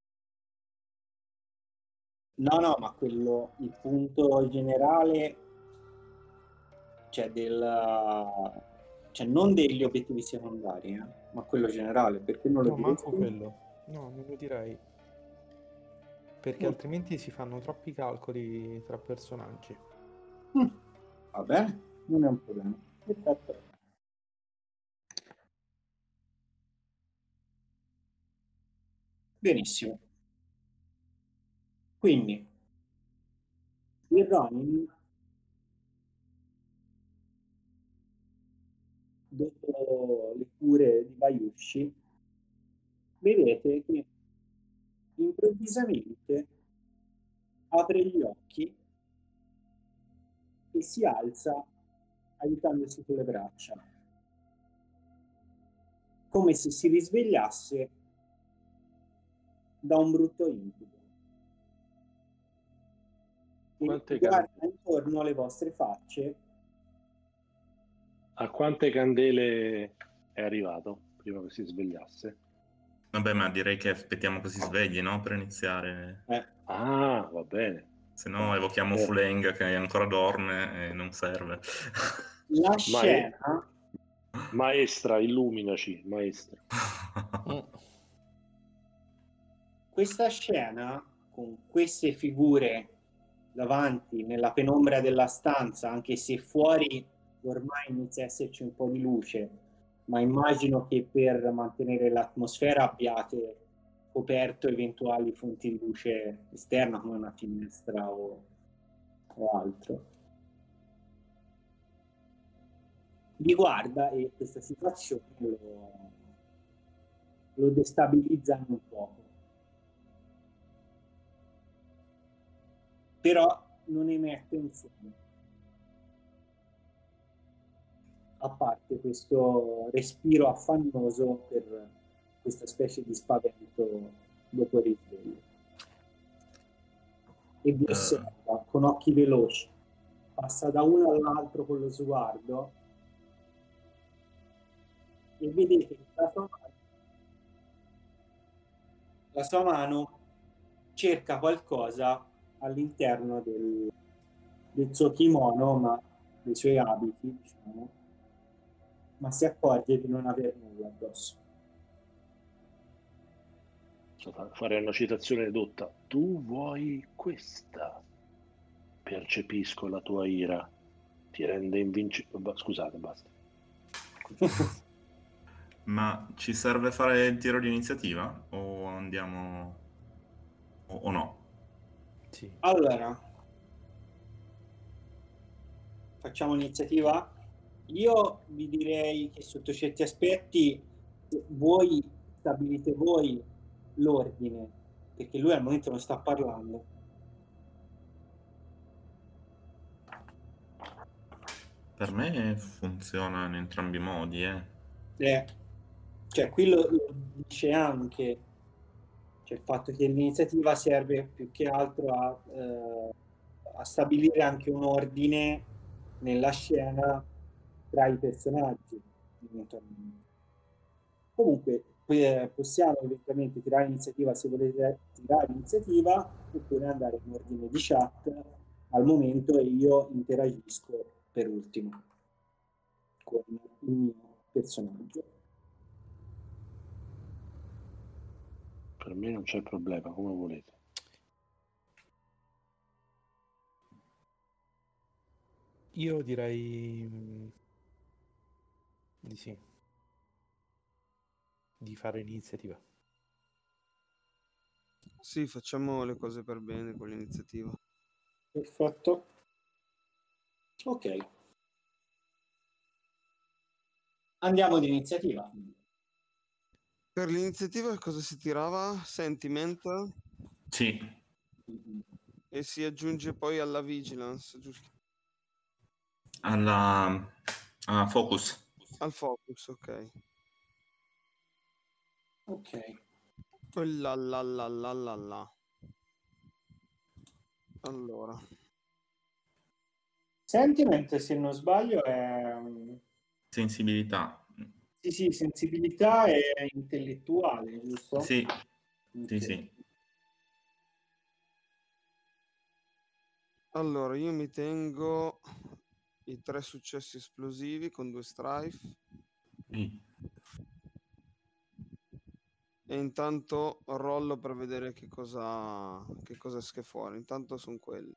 no, ma il punto generale, cioè cioè non degli obiettivi secondari, ma quello generale, perché non lo No, manco diresti? quello. No, non lo direi. Perché Mm. altrimenti si fanno troppi calcoli tra personaggi. Va bene, non è un problema. Perfetto. Benissimo. Quindi, il Ronin, dopo le cure di Bayushi, vedete che improvvisamente apre gli occhi e si alza aiutandosi con le braccia, come se si risvegliasse da un brutto incubo. E Quante guarda intorno alle vostre facce. A quante candele è arrivato prima che si svegliasse? Vabbè, ma direi che aspettiamo che si svegli, no? Per iniziare. Ah, va bene. Se no evochiamo Fuleng che ancora dorme e non serve. La scena, Maestra, illuminaci, maestra. questa scena con queste figure davanti nella penombra della stanza, anche se fuori ormai inizia a esserci un po' di luce, ma immagino che per mantenere l'atmosfera abbiate coperto eventuali fonti di luce esterna come una finestra o altro. Vi guarda e questa situazione lo destabilizza un poco. Però non emette un suono, a parte questo respiro affannoso per questa specie di spavento dopo il risveglio. E vi osserva con occhi veloci, passa da uno all'altro con lo sguardo e vedete che la sua mano cerca qualcosa all'interno del suo kimono, ma dei suoi abiti, diciamo, ma si accorge di non aver nulla addosso. Fare una citazione dotta. Tu vuoi questa? Percepisco la tua ira. Ti rende invincibile. Scusate, basta. Ma ci serve fare il tiro di iniziativa? O andiamo... o no? Sì. Allora, facciamo l'iniziativa. Io vi direi che sotto certi aspetti voi stabilite voi l'ordine, perché lui al momento non sta parlando. Per me funziona in entrambi i modi, Eh, cioè qui lo dice anche, cioè il fatto che l'iniziativa serve più che altro a stabilire anche un ordine nella scena tra i personaggi, eventualmente. Comunque possiamo eventualmente tirare iniziativa se volete tirare iniziativa, oppure andare in ordine di chat al momento, e io interagisco per ultimo con il mio personaggio. Per me non c'è problema, come volete. Io direi di sì, di fare l'iniziativa. Sì, facciamo le cose per bene con l'iniziativa. Perfetto. Ok. Andiamo di iniziativa. Per l'iniziativa cosa si tirava? Sentiment Sì, e si aggiunge poi alla vigilance, giusto? alla focus. Al focus, ok. Ok. Oh là là là là là là. Allora, Sentiment, se non sbaglio, è Sensibilità. sì, sensibilità e intellettuale, giusto? Sì, Ok. sì, sì. allora io mi tengo i 3 successi esplosivi con 2 strife Sì. e intanto rollo per vedere che cosa esce fuori. Intanto sono quelli.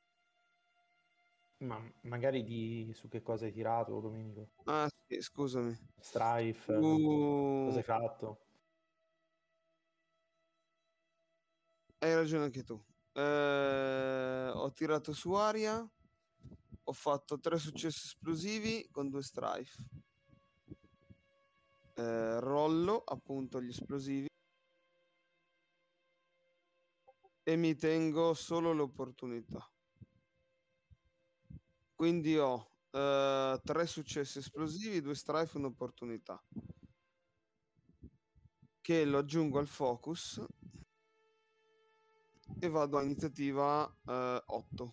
Ma magari su che cosa hai tirato, Domenico? Ah sì, scusami. Strife, cosa hai fatto? Hai ragione anche tu. Ho tirato su aria, ho fatto 3 successi esplosivi con 2 strife. Rollo appunto gli esplosivi e mi tengo solo l'opportunità. Quindi ho 3 successi esplosivi, 2 strife e un'opportunità. Che lo aggiungo al focus e vado a iniziativa 8.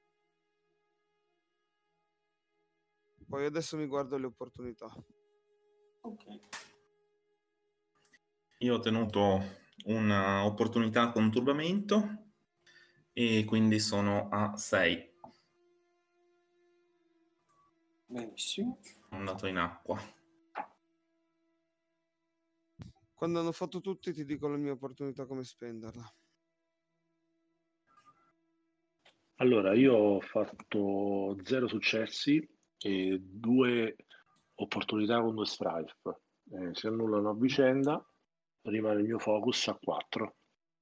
Poi adesso mi guardo le opportunità. Ok. Io ho tenuto un'opportunità con turbamento e quindi sono a 6. Benissimo. Sono andato in acqua. Quando hanno fatto tutti ti dico la mia opportunità come spenderla. Allora, io ho fatto 0 successi e 2 opportunità con 2 strife. Si annullano a vicenda, rimane il mio focus a 4.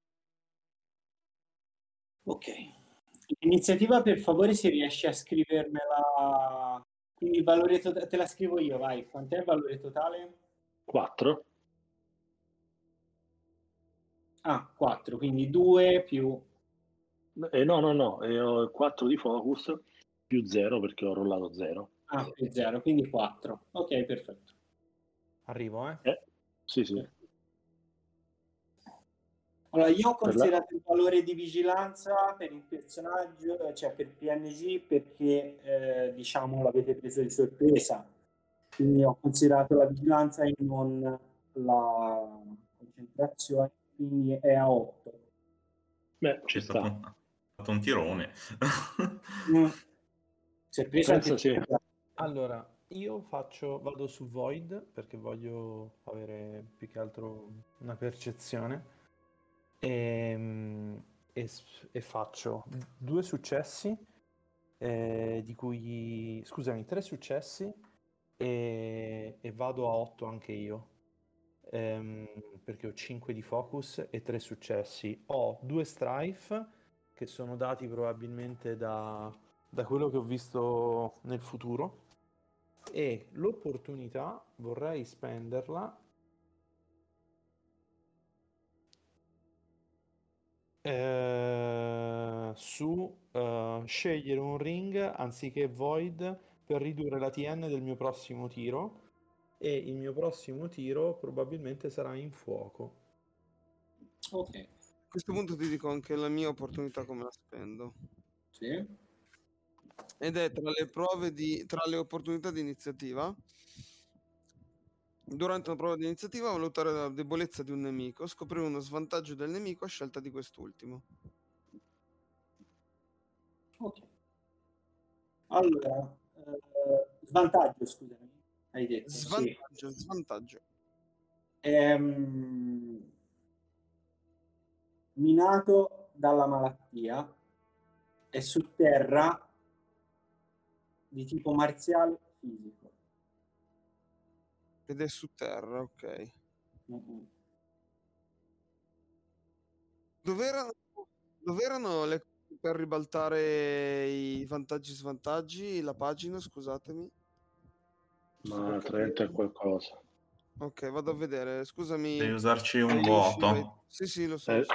Ok. L'iniziativa, per favore, se riesci a scrivermela. Quindi il valore totale, te la scrivo io, vai. Quant'è il valore totale? 4? Ah, 4, quindi 2 più... No, ho 4 di focus più 0 perché ho rollato 0. Ah, più 0, quindi 4. Ok, perfetto. Arrivo, eh? Sì, sì. Allora, io ho Per la- considerato il valore di vigilanza per il personaggio, cioè per PNG, perché diciamo l'avete preso di sorpresa. Quindi ho considerato la vigilanza e non la concentrazione, quindi è a 8. Beh, C'è ci stato sta. un tirone. Si è preso anche Pensa sì. Allora, vado su Void perché voglio avere più che altro una percezione e faccio 2 successi, di cui, scusami, 3 successi e vado a 8 anche io, perché ho 5 di focus e 3 successi. Ho 2 strife che sono dati probabilmente da quello che ho visto nel futuro. E l'opportunità vorrei spenderla su scegliere un ring anziché Void per ridurre la TN del mio prossimo tiro e il mio prossimo tiro probabilmente sarà in fuoco. Ok, A questo punto ti dico anche la mia opportunità come la spendo. sì. Ed è tra le opportunità di iniziativa. Durante una prova di iniziativa, valutare la debolezza di un nemico, scoprire uno svantaggio del nemico a scelta di quest'ultimo. Ok. Allora, svantaggio, scusami, hai detto. Sì. Svantaggio. Minato dalla malattia, è su terra di tipo marziale fisico. Ed è su terra, ok. Mm-mm. Dov'erano le cose per ribaltare i vantaggi e svantaggi? La pagina, scusatemi. Giusto Ma per 30 è capire. qualcosa. Ok, vado a vedere. Scusami. Devi usarci un Ayushi, vai. vuoto. Sì, lo so.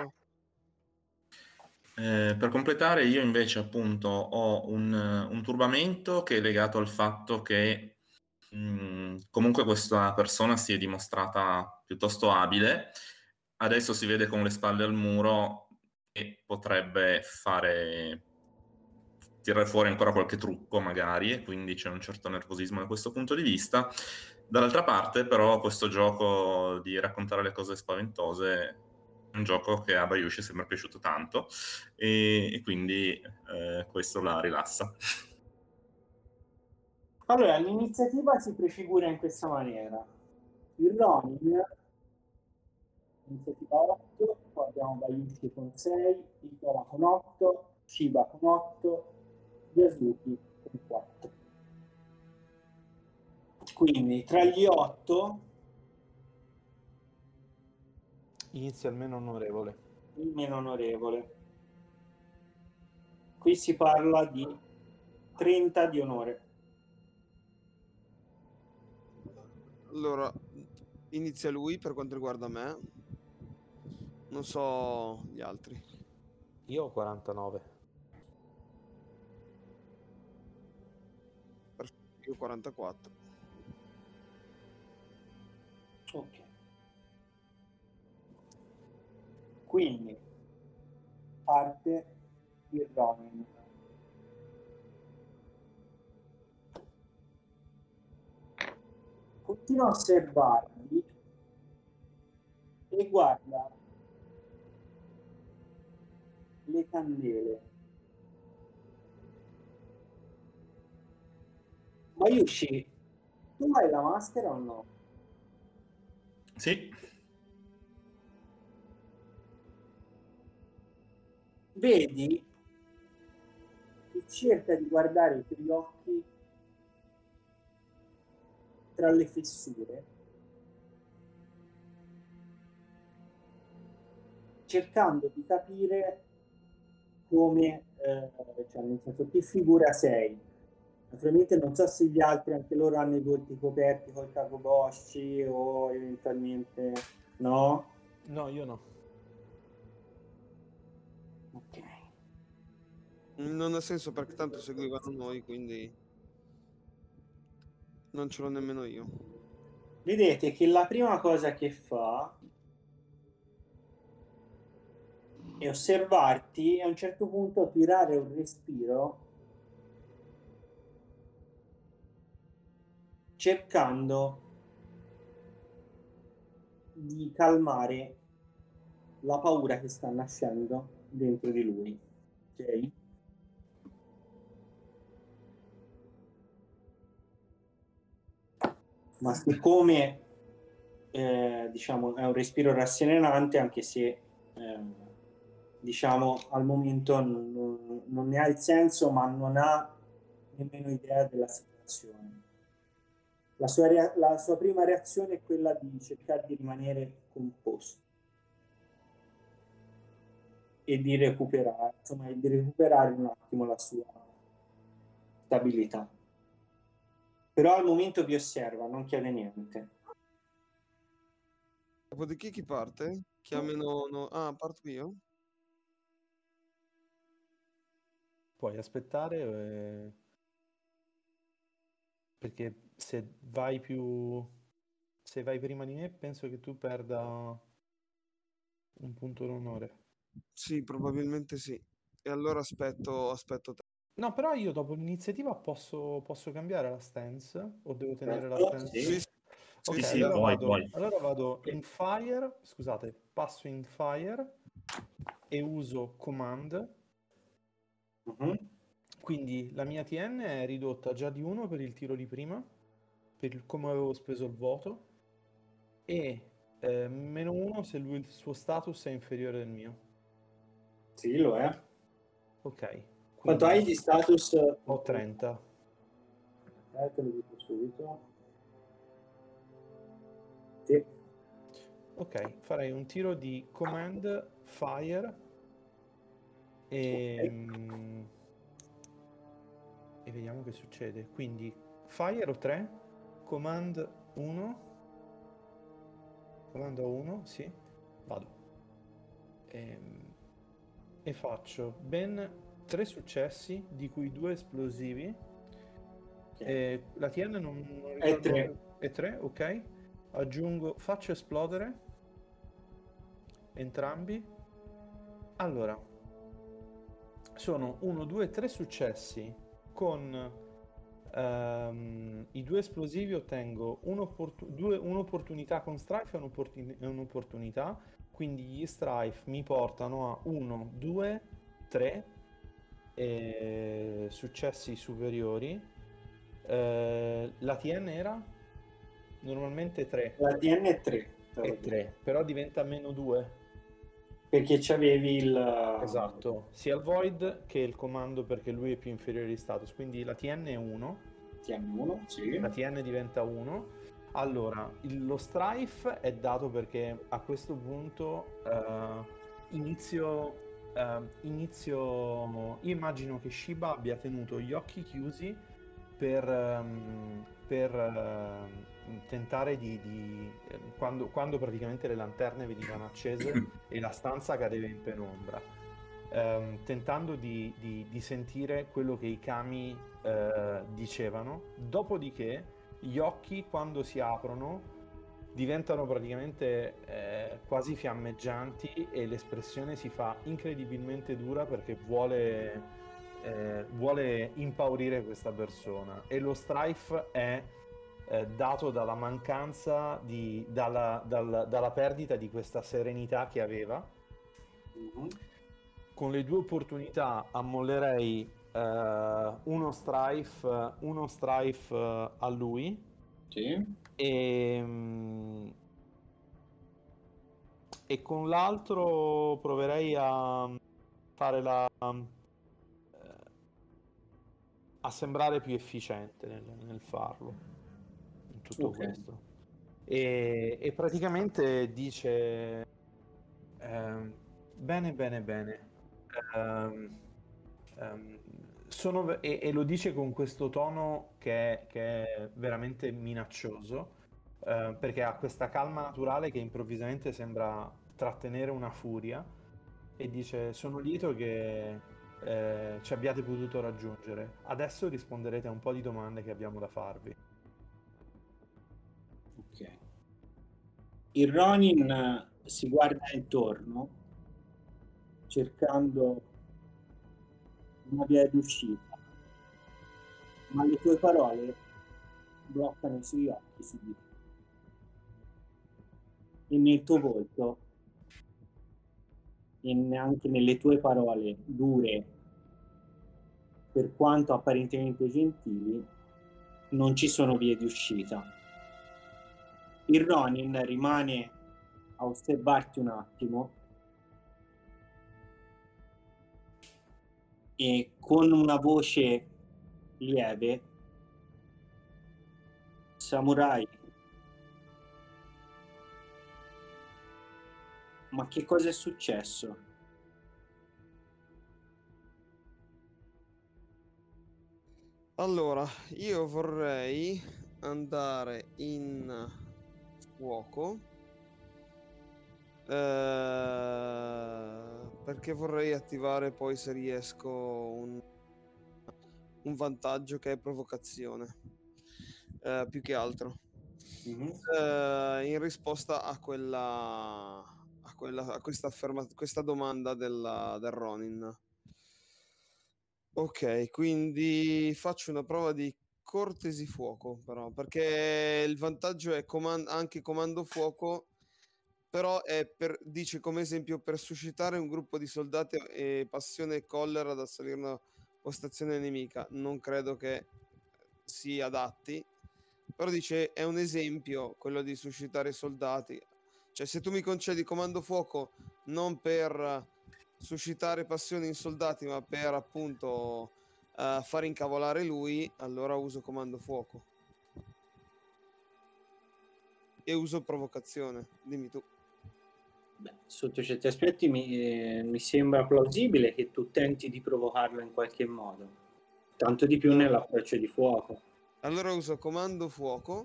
Per completare, io invece appunto ho un turbamento che è legato al fatto che comunque questa persona si è dimostrata piuttosto abile. Adesso si vede con le spalle al muro e potrebbe tirare fuori ancora qualche trucco magari, e quindi c'è un certo nervosismo da questo punto di vista. Dall'altra parte però questo gioco di raccontare le cose spaventose è un gioco che a Bayushi sembra piaciuto tanto e quindi questo la rilassa. Allora, l'iniziativa si prefigura in questa maniera. Il Ronin, iniziativa 8, poi abbiamo Bayushi con 6, Itola con 8, Shiba con 8, Yasuki con 4. Quindi tra gli 8 Inizia il meno onorevole. il meno onorevole. Qui si parla di 30 di onore. Allora, inizia lui per quanto riguarda me. Non so gli altri. Io ho 49. Io 44. Ok. Quindi parte il Ronin. Continua a osservarli e guarda le candele. Mayushi, tu hai la maschera o no? Sì, Vedi che cerca di guardare i tuoi occhi tra le fessure, cercando di capire come, cioè nel senso, che figura sei. Naturalmente non so se gli altri, anche loro, hanno i volti coperti col Kagoboshi o eventualmente no. No, io no. Ok. Non ha senso perché tanto seguivano noi, quindi non ce l'ho nemmeno io. Vedete che la prima cosa che fa è osservarti e a un certo punto tirare un respiro cercando di calmare la paura che sta nascendo dentro di lui. Ok? Ma siccome diciamo è un respiro rasserenante, anche se diciamo al momento non ne ha il senso, ma non ha nemmeno idea della situazione. La sua prima reazione è quella di cercare di rimanere composto e di recuperare, insomma, di recuperare un attimo la sua stabilità. Però al momento vi osserva, non chiede niente. Dopodiché chi parte? Chi ha meno... Ah, parto io? Puoi aspettare perché se vai più se vai prima di me, penso che tu perda un punto d'onore. Sì, probabilmente sì. E allora aspetto te. No, però io dopo l'iniziativa posso cambiare la stance o devo tenere la Certo, stance? sì. Ok, Sì, allora puoi. allora vado in fire, scusate, passo in fire e uso command, Mhm. quindi la mia TN è ridotta già di 1 per il tiro di prima, come avevo speso il voto, e meno 1 se il suo status è inferiore al mio. Sì, lo è. Ok, Quanto hai quindi di status? ho 30. Te lo dico subito. Sì. Ok, farei un tiro di command fire e vediamo che succede. Quindi fire ho 3, command 1, comando 1, sì, vado. E faccio ben 3 successi, di cui 2 esplosivi. Ok. La TN non È ricordo. 3. È 3, ok. Aggiungo, faccio esplodere entrambi. Allora, sono 1, 2, 3 successi. Con i 2 esplosivi ottengo un'opportunità con strife e un'opportunità. Quindi gli strife mi portano a 1, 2, 3 successi superiori. La TN era normalmente 3 La TN è 3. e 3, però diventa meno 2. Perché c'avevi il... Esatto, sia il void che il comando, perché lui è più inferiore di status, quindi la TN è 1, TN1, sì. la TN diventa 1. Allora, lo strife è dato perché a questo punto io immagino che Shiba abbia tenuto gli occhi chiusi per tentare quando praticamente le lanterne venivano accese e la stanza cadeva in penombra, tentando di sentire quello che i kami dicevano. Dopodiché gli occhi, quando si aprono, diventano praticamente quasi fiammeggianti e l'espressione si fa incredibilmente dura perché vuole impaurire questa persona, e lo strife è dato dalla mancanza dalla perdita di questa serenità che aveva. Mhm. Con le 2 opportunità ammollerei uno strife a lui Sì. e con l'altro proverei a fare a sembrare più efficiente nel farlo, in tutto Ok. questo. E praticamente dice bene, e lo dice con questo tono che è veramente minaccioso, perché ha questa calma naturale che improvvisamente sembra trattenere una furia, e dice: sono lieto che ci abbiate potuto raggiungere. Adesso risponderete a un po' di domande che abbiamo da farvi. Ok. Il Ronin si guarda intorno cercando una via d'uscita, ma le tue parole bloccano i suoi occhi subito. E nel tuo volto, e anche nelle tue parole dure, per quanto apparentemente gentili, non ci sono vie di uscita. Il Ronin rimane a osservarti un attimo e con una voce lieve: samurai, ma che cosa è successo? Allora, io vorrei andare in fuoco perché vorrei attivare poi, se riesco, un vantaggio che è provocazione, più che altro. in risposta a questa domanda del Ronin. Ok, quindi faccio una prova di cortesi fuoco, però, perché il vantaggio è anche comando fuoco, però dice come esempio per suscitare un gruppo di soldati e passione e collera ad assalire una postazione nemica. Non credo che si adatti, però dice è un esempio quello di suscitare soldati. Cioè, se tu mi concedi comando fuoco non per suscitare passione in soldati, ma per appunto far incavolare lui, allora uso comando fuoco e uso provocazione. Dimmi tu. Beh, sotto certi aspetti mi sembra plausibile che tu tenti di provocarlo in qualche modo, tanto di più nell'approccio di fuoco. Allora uso comando fuoco,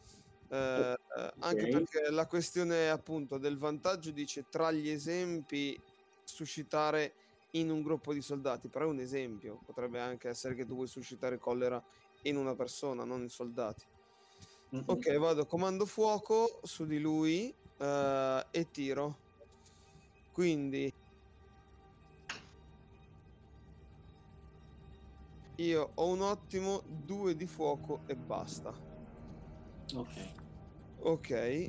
anche perché la questione appunto del vantaggio dice tra gli esempi suscitare in un gruppo di soldati, però è un esempio, potrebbe anche essere che tu vuoi suscitare collera in una persona, non in soldati. Ok, vado comando fuoco su di lui e tiro. Quindi io ho un ottimo 2 di fuoco e basta. Ok.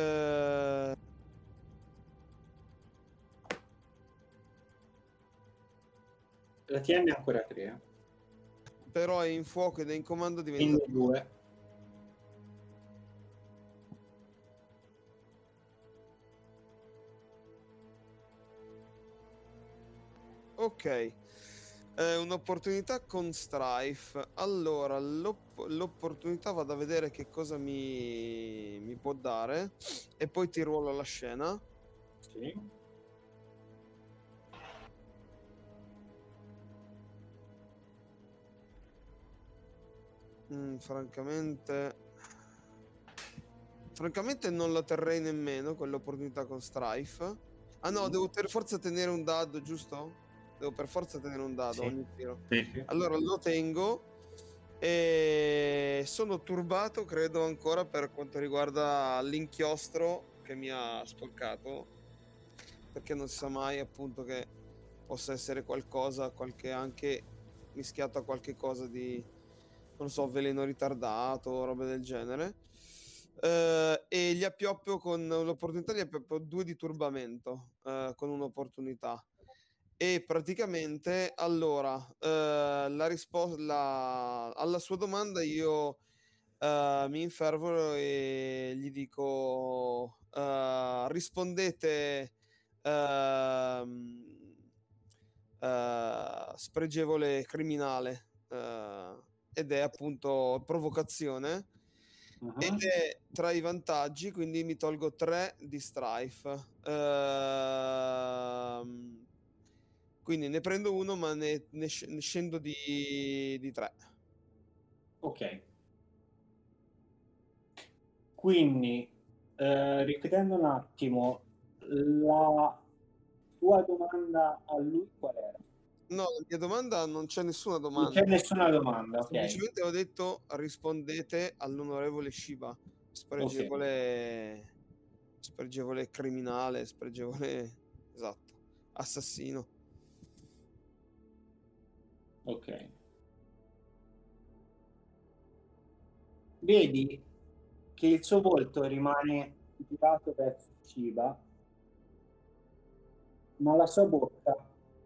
La TN è ancora 3. Però è in fuoco ed è in comando, diventa Quindi 2. Ok. Un'opportunità con Strife. Allora, l'opportunità vado a vedere che cosa mi può dare e poi ti ruolo la scena. Sì. Francamente non la terrei nemmeno quell'opportunità con Strife. Ah no, devo per forza tenere un dado, giusto? Devo per forza tenere un dado ogni tiro. Sì. Allora lo tengo e sono turbato, credo ancora, per quanto riguarda l'inchiostro che mi ha sporcato, perché non si sa mai appunto che possa essere qualcosa, anche mischiato a qualche cosa di, non so, veleno ritardato, robe del genere. E gli appioppio con l'opportunità, gli appioppio 2 di turbamento con un'opportunità. E praticamente allora la risposta alla sua domanda io mi infervoro e gli dico rispondete spregevole criminale, ed è appunto provocazione ed è tra i vantaggi, quindi mi tolgo 3 di Strife. Quindi ne prendo uno, ma ne scendo di 3. Ok. Quindi, ripetendo un attimo, la tua domanda a lui qual era? No, la mia domanda non c'è nessuna Non domanda. c'è nessuna domanda, ok. Semplicemente ho detto rispondete all'onorevole Shiba, spregevole criminale, esatto, assassino. Ok. Vedi che il suo volto rimane girato verso Shiba, ma la sua bocca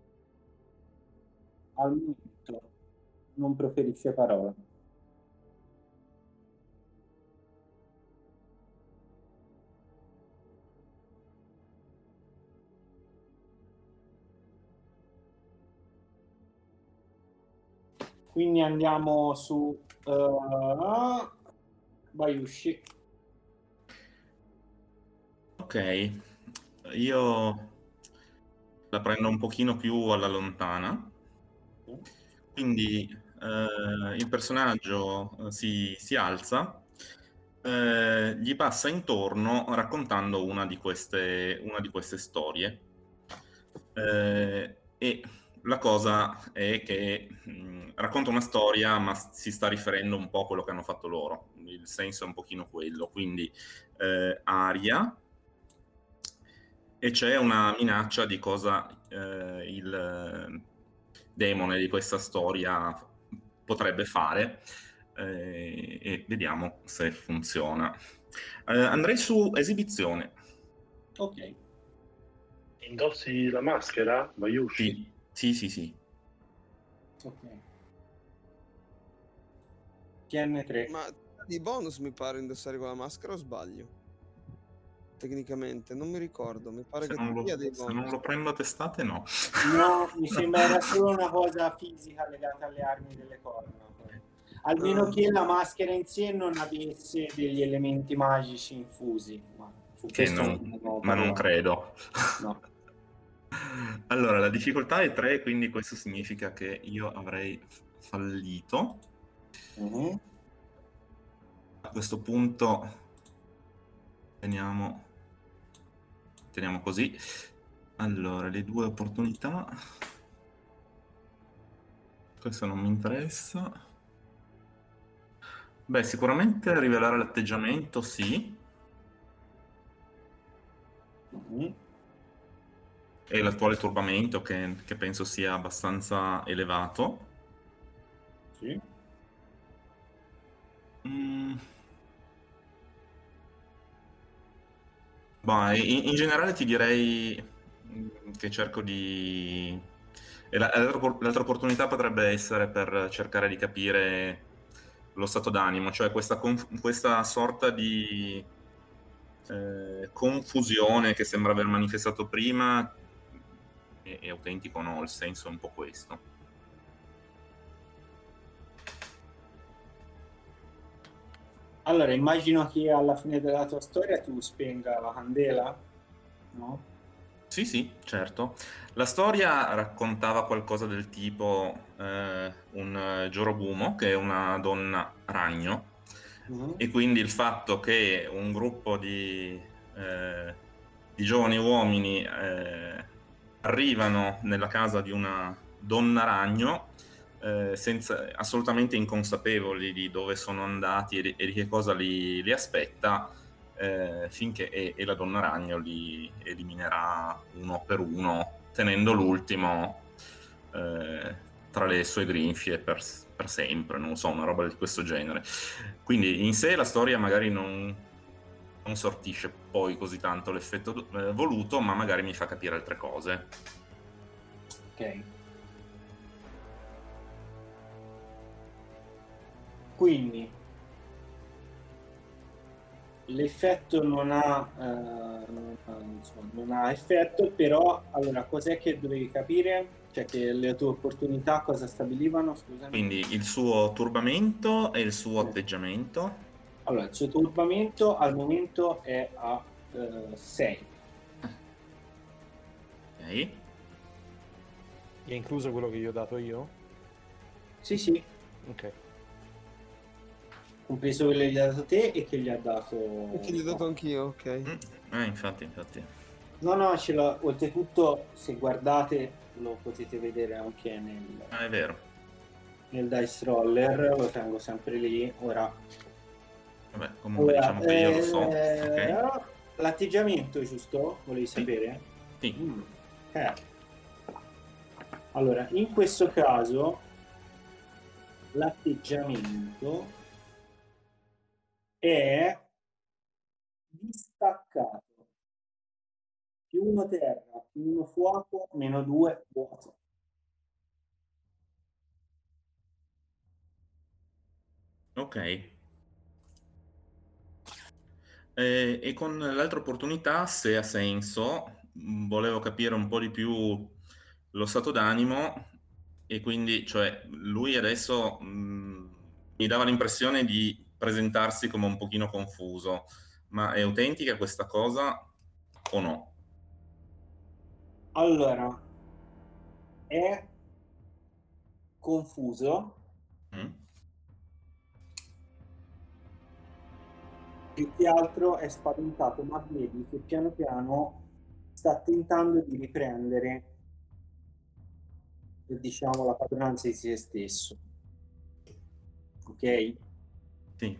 al momento non proferisce parola. Quindi andiamo su Bayushi. Ok, io la prendo un pochino più alla lontana, quindi il personaggio si alza, gli passa intorno raccontando una di queste storie e la cosa è che racconta una storia, ma si sta riferendo un po' a quello che hanno fatto loro. Il senso è un pochino quello. Quindi aria, e c'è una minaccia di cosa il demone di questa storia potrebbe fare, e vediamo se funziona. Andrei su esibizione. Ok. Indossi la maschera, Bayushi? Sì. Ok. TN3. Ma di bonus mi pare indossare quella maschera o sbaglio? Tecnicamente, non mi ricordo, mi pare Se che non tu dia dei se bonus. non lo prendo a testate, no. No, mi sembra era solo una cosa fisica legata alle armi delle corna. Almeno che la maschera in sé non avesse degli elementi magici infusi. Ma su Che questo ma non credo. No. Allora, la difficoltà è 3, quindi questo significa che io avrei fallito. Mhm. A questo punto teniamo così. Allora, le 2 opportunità. Questo non mi interessa. Beh, sicuramente rivelare l'atteggiamento, sì. Mhm. E l'attuale turbamento, che penso sia abbastanza elevato. Sì. Boh, in generale ti direi che cerco di... e l'altra opportunità potrebbe essere per cercare di capire lo stato d'animo, cioè questa sorta di confusione che sembra aver manifestato prima è autentico o no, il senso è un po' questo. Allora, immagino che alla fine della tua storia tu spenga la candela, no? Sì, certo. La storia raccontava qualcosa del tipo un Jorogumo, che è una donna ragno, Mhm. e quindi il fatto che un gruppo di giovani uomini arrivano nella casa di una donna ragno assolutamente inconsapevoli di dove sono andati e di che cosa li aspetta, finché e la donna ragno li eliminerà uno per uno, tenendo l'ultimo tra le sue grinfie per sempre, non so, una roba di questo genere. Quindi in sé la storia magari non sortisce poi così tanto l'effetto voluto, ma magari mi fa capire altre cose. Ok. Quindi l'effetto non ha effetto, però allora cos'è che dovevi capire? Cioè che le tue opportunità cosa stabilivano, scusami? Quindi il suo turbamento e il suo Sì. atteggiamento. Allora, il suo turbamento al momento è a 6. Ok. È incluso quello che gli ho dato io? Sì, Ok. compreso quello che gli ha dato te e che gli ha dato... E che gli ho dato anch'io, ok. Infatti. No, ce l'ho. Oltretutto, se guardate, lo potete vedere anche È vero. nel dice roller, lo tengo sempre lì. Ora, Vabbè, comunque diciamo che io lo so. Ok. l'atteggiamento, giusto? Volevi sapere? Sì. Allora, in questo caso, l'atteggiamento è distaccato. +1 terra, +1 fuoco, -2 vuoto. Ok. E con l'altra opportunità, se ha senso, volevo capire un po' di più lo stato d'animo, e quindi, cioè, lui adesso mi dava l'impressione di presentarsi come un pochino confuso, ma è autentica questa cosa o no? Allora, è confuso, Mm? più che altro è spaventato, ma vedi che piano piano sta tentando di riprendere diciamo, la padronanza di se stesso. Ok? Sì.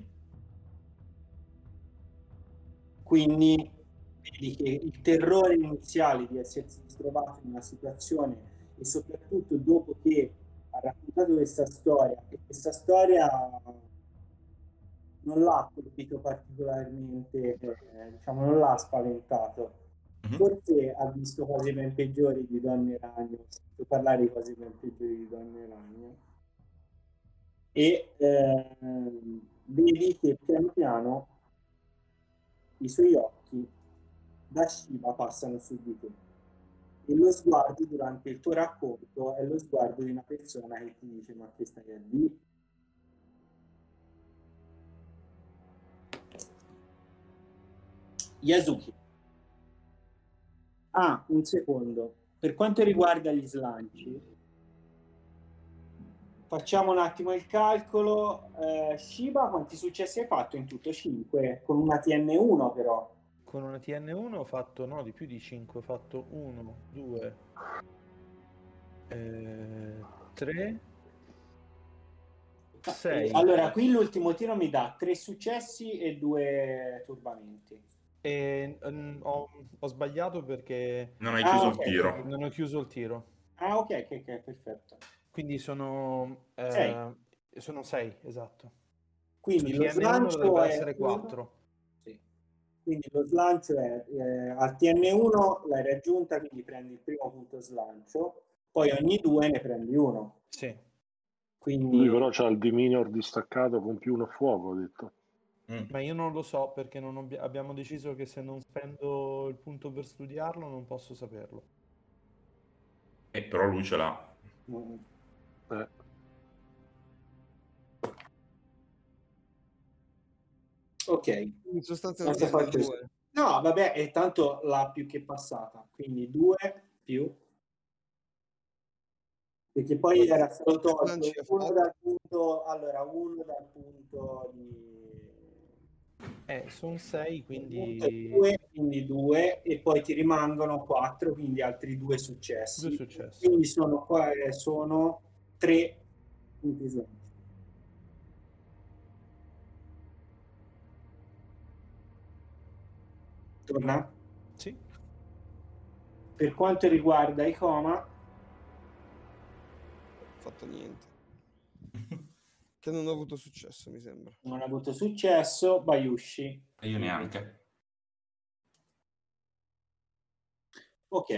Quindi vedi che il terrore iniziale di essersi trovato in una situazione, e soprattutto dopo che ha raccontato questa storia, e questa storia non l'ha colpito particolarmente, diciamo, non l'ha spaventato. Mhm. Forse ha visto cose ben peggiori di Donne Ragno, ho sentito parlare di cose ben peggiori di Donne Ragno, e vedi che piano piano i suoi occhi da Shiva passano su di te. E lo sguardo durante il tuo racconto è lo sguardo di una persona che ti dice: ma che stai a dire? Yasuki. Ah, un secondo. Per quanto riguarda gli slanci, facciamo un attimo il calcolo. Shiba, quanti successi hai fatto in tutto? 5, con una TN1 però. Con una TN1 ho fatto, no, di più di 5, ho fatto 1, 2, 3, 6. Allora, qui l'ultimo tiro mi dà 3 successi e 2 turbamenti. E ho sbagliato perché Non hai chiuso il ok. tiro. non ho chiuso il tiro. Ah, ok, perfetto. Quindi sono 6. 6, esatto. Quindi Su lo TN1 slancio dovrebbe è essere 4. Sì. Quindi lo slancio è al TN1 l'hai raggiunta, quindi prendi il primo punto slancio, poi ogni 2 ne prendi uno. Sì. Quindi Lui però c'ha il D-minor distaccato con +1 a fuoco, ho detto. Ma io non lo so perché non abbiamo deciso che se non spendo il punto per studiarlo non posso saperlo. Però lui ce l'ha. mm, Eh, ok. In sostanza Non ne si fa prende questo. 2. No, vabbè, e tanto l'ha più che passata, quindi 2 più, perché poi era stato tolto Slanci ha uno fatto. dal punto, allora uno dal punto di Sono 6, due, quindi 2, e poi ti rimangono 4, quindi altri 2 2 successi. successi. Quindi sono 3 punti slancio. Torna. Sì. Per quanto riguarda i coma, Fatto niente. Che non ho avuto successo, mi sembra. non ha avuto successo. Bayushi. E io neanche. Ok.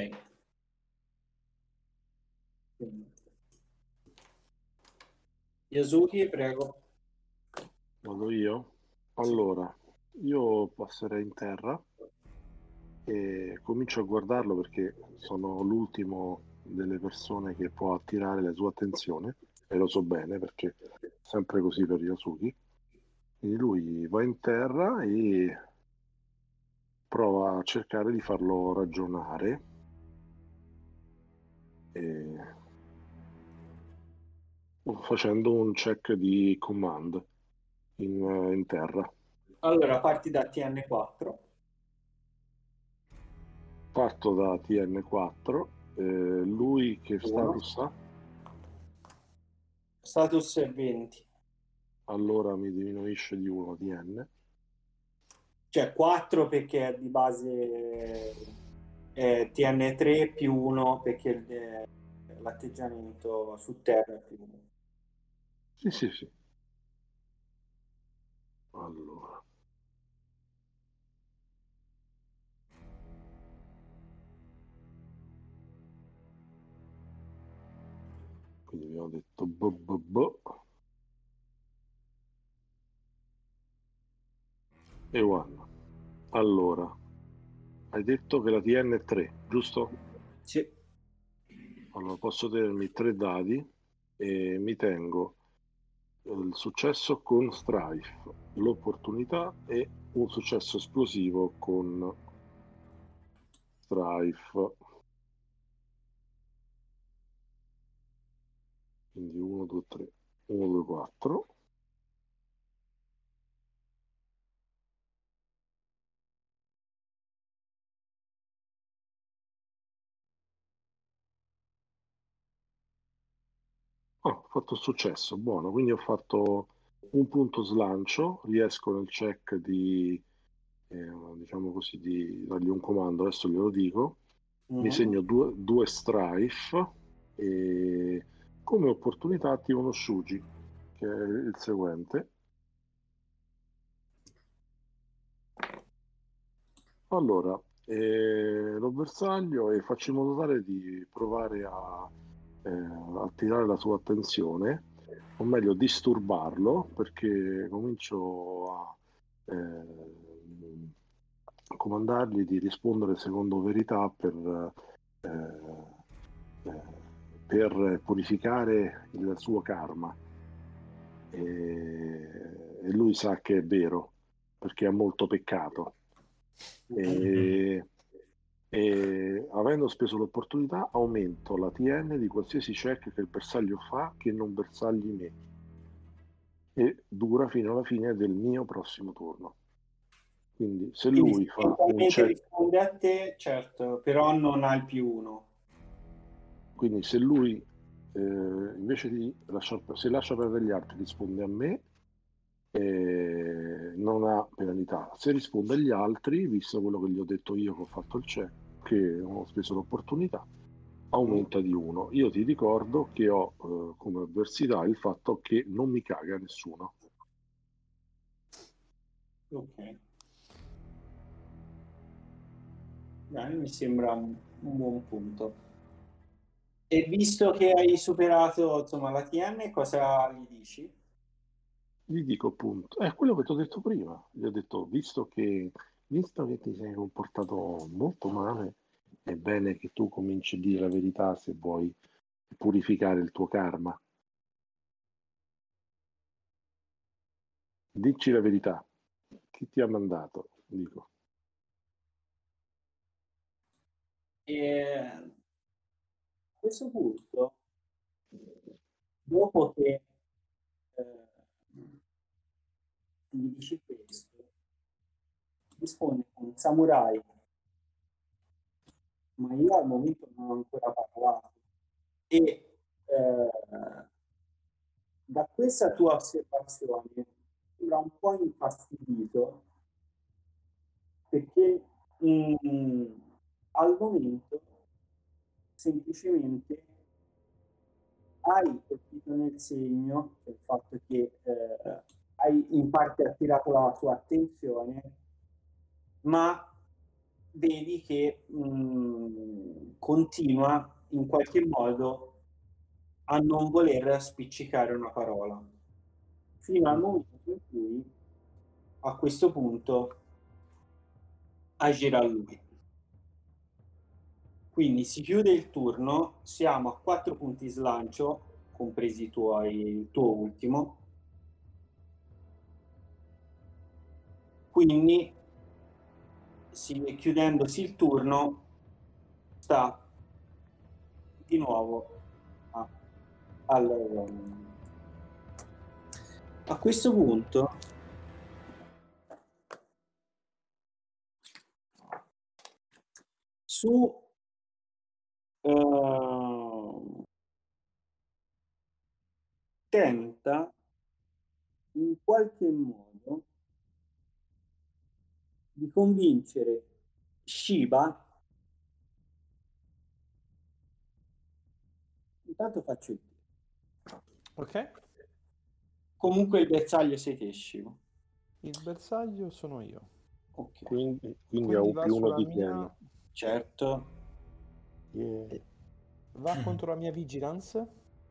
Yasuki, prego. Vado io? Allora, io passerei in terra e comincio a guardarlo perché sono l'ultimo delle persone che può attirare la sua attenzione, e lo so bene perché è sempre così per Yasuki. Quindi lui va in terra e prova a cercare di farlo ragionare, facendo un check di command in terra. Allora, parti da TN4. Parto da TN4, lui che 1. status ha? Status è 20. Allora mi diminuisce di 1 TN. Cioè 4 perché è di base TN3 più 1 perché l'atteggiamento su terra è più 1. Sì, sì, sì. Allora. Quindi abbiamo detto e 1. Allora, hai detto che la TN è 3, giusto? Sì. Allora posso tenermi 3 dadi e mi tengo il successo con Strife, l'opportunità e un successo esplosivo con Strife. Quindi 1, 2, 3, 1, 2, 4. Ho fatto successo, buono, quindi ho fatto un punto slancio, riesco nel check di, diciamo così, di dargli un comando, adesso glielo dico, mi segno due strife e come opportunità attivo uno shuji, che è il seguente. Allora, lo bersaglio e faccio in modo tale di provare a attirare la sua attenzione, o meglio disturbarlo, perché comincio a comandargli di rispondere secondo verità per purificare il suo karma. E lui sa che è vero, perché ha molto peccato. E avendo speso l'opportunità aumento la TN di qualsiasi check che il bersaglio fa che non bersagli me e dura fino alla fine del mio prossimo turno. Quindi se lui fa un check, risponde a te, certo, però non ha il +1. quindi se lui invece di se lascia perdere gli altri risponde a me, non ha penalità. Se risponde agli altri, visto quello che gli ho detto io che ho fatto il check, che ho speso l'opportunità, aumenta di 1. Io ti ricordo che ho come avversità il fatto che non mi caga nessuno. Ok. Bene, mi sembra un buon punto. E visto che hai superato, insomma, la TN, cosa gli dici? Gli dico appunto, è quello che ti ho detto prima. Gli ho detto, visto che ti sei comportato molto male, è bene che tu cominci a dire la verità se vuoi purificare il tuo karma. Dici la verità. Chi ti ha mandato? Dico. E a questo punto, dopo che gli dici questo, risponde con samurai, ma io al momento non ho ancora parlato. E da questa tua osservazione sembra un po' infastidito perché al momento semplicemente hai colpito nel segno, cioè il fatto che hai in parte attirato la sua attenzione, ma vedi che continua in qualche modo a non voler spiccicare una parola, fino al momento in cui a questo punto agirà lui. Quindi si chiude il turno, siamo a 4 punti slancio, compresi i tuoi, il tuo ultimo. Quindi, chiudendosi il turno, sta di nuovo a questo punto tenta in qualche modo di convincere Shiba. Intanto faccio il tiro. Ok, Comunque il bersaglio sei te, Shiba. il bersaglio sono io. Ok, Quindi ha un va più uno sulla di mia... TN. certo. Yeah. Va contro la mia vigilance?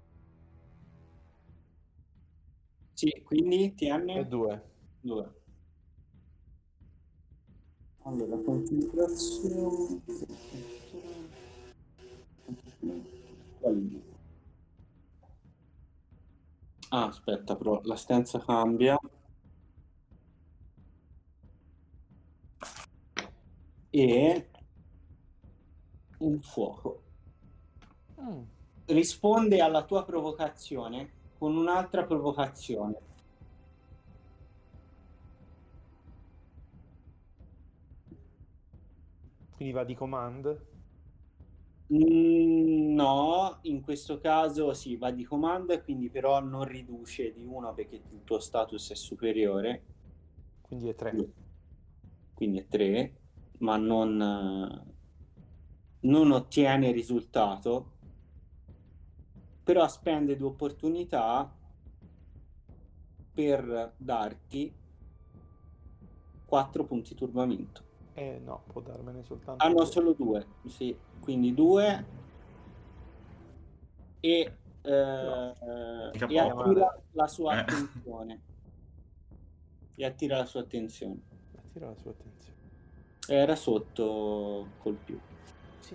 Sì, quindi TN È 2. 2. Allora, concentrazione. Ah, aspetta, però la stanza cambia. E un fuoco. Risponde alla tua provocazione con un'altra provocazione. Quindi va di command. No, in questo caso sì, va di comando e quindi però non riduce di 1 perché il tuo status è superiore, Quindi è 3. quindi è 3, ma non ottiene risultato, però spende 2 opportunità per darti 4 punti turbamento. No, può darmene soltanto Ah no, 2. solo 2, sì, quindi 2 e Mica poco. attira la sua Eh. attenzione. E attira la sua attenzione. Attira la sua attenzione. Era sotto col più. Sì.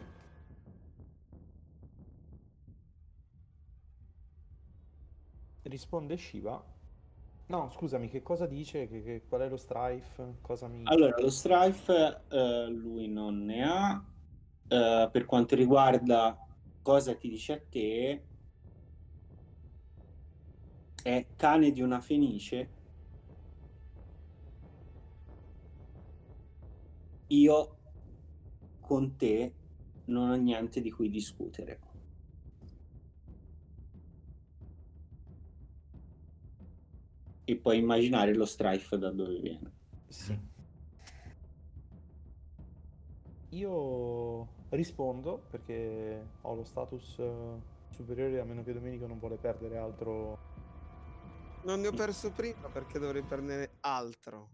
Risponde Shiva. No, scusami, che cosa dice? Qual è lo strife? Cosa mi... Allora, lo strife lui non ne ha. Per quanto riguarda cosa ti dice a te, è cane di una fenice. Io con te non ho niente di cui discutere. E puoi immaginare lo strife da dove viene. Sì. Io rispondo perché ho lo status superiore, a meno che Domenico non vuole perdere altro. Non ne ho perso prima perché dovrei prendere altro.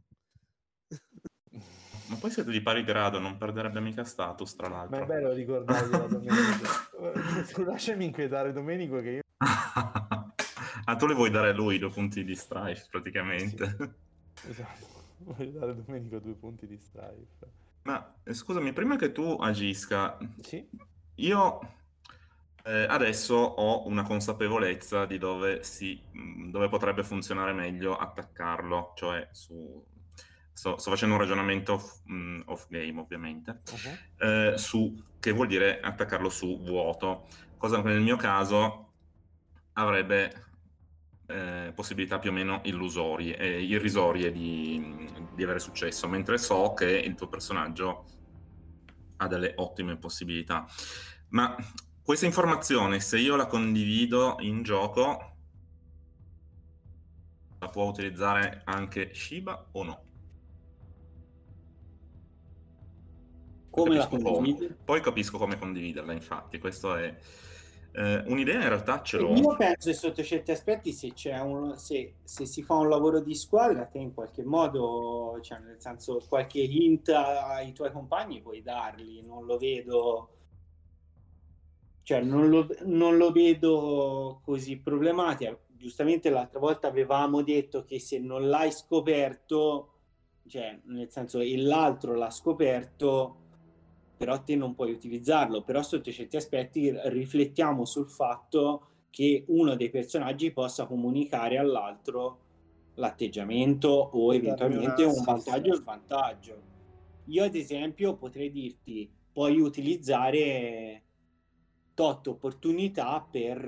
Ma poi siete di pari grado, non perderebbe mica status, tra l'altro. Ma è bello ricordarglielo a Domenico. Lasciami inquietare Domenico che io... Ah, tu le vuoi dare a lui 2 punti di strife, praticamente. Sì. Esatto, voglio dare a Domenico 2 punti di strife. Ma scusami, prima che tu agisca, Sì? io adesso ho una consapevolezza di dove potrebbe funzionare meglio attaccarlo, cioè sto facendo un ragionamento off game, ovviamente, su che vuol dire attaccarlo su vuoto, cosa che nel mio caso avrebbe possibilità più o meno irrisorie di avere successo, mentre so che il tuo personaggio ha delle ottime possibilità. Ma questa informazione, se io la condivido in gioco, la può utilizzare anche Shiba o no? Come la condividi? Poi capisco come condividerla, infatti, questo è un'idea, in realtà ce l'ho. Io penso che sotto certi aspetti se si fa un lavoro di squadra, te in qualche modo, cioè nel senso qualche hint ai tuoi compagni puoi darli, non lo vedo, cioè non lo vedo così problematico. Giustamente l'altra volta avevamo detto che se non l'hai scoperto, cioè nel senso e l'altro l'ha scoperto, però te non puoi utilizzarlo. Però sotto certi aspetti riflettiamo sul fatto che uno dei personaggi possa comunicare all'altro l'atteggiamento o eventualmente un vantaggio o svantaggio. Io ad esempio potrei dirti puoi utilizzare tot opportunità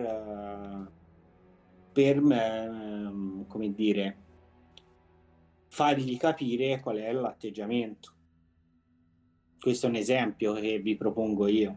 per come dire, fargli capire qual è l'atteggiamento. Questo è un esempio che vi propongo io.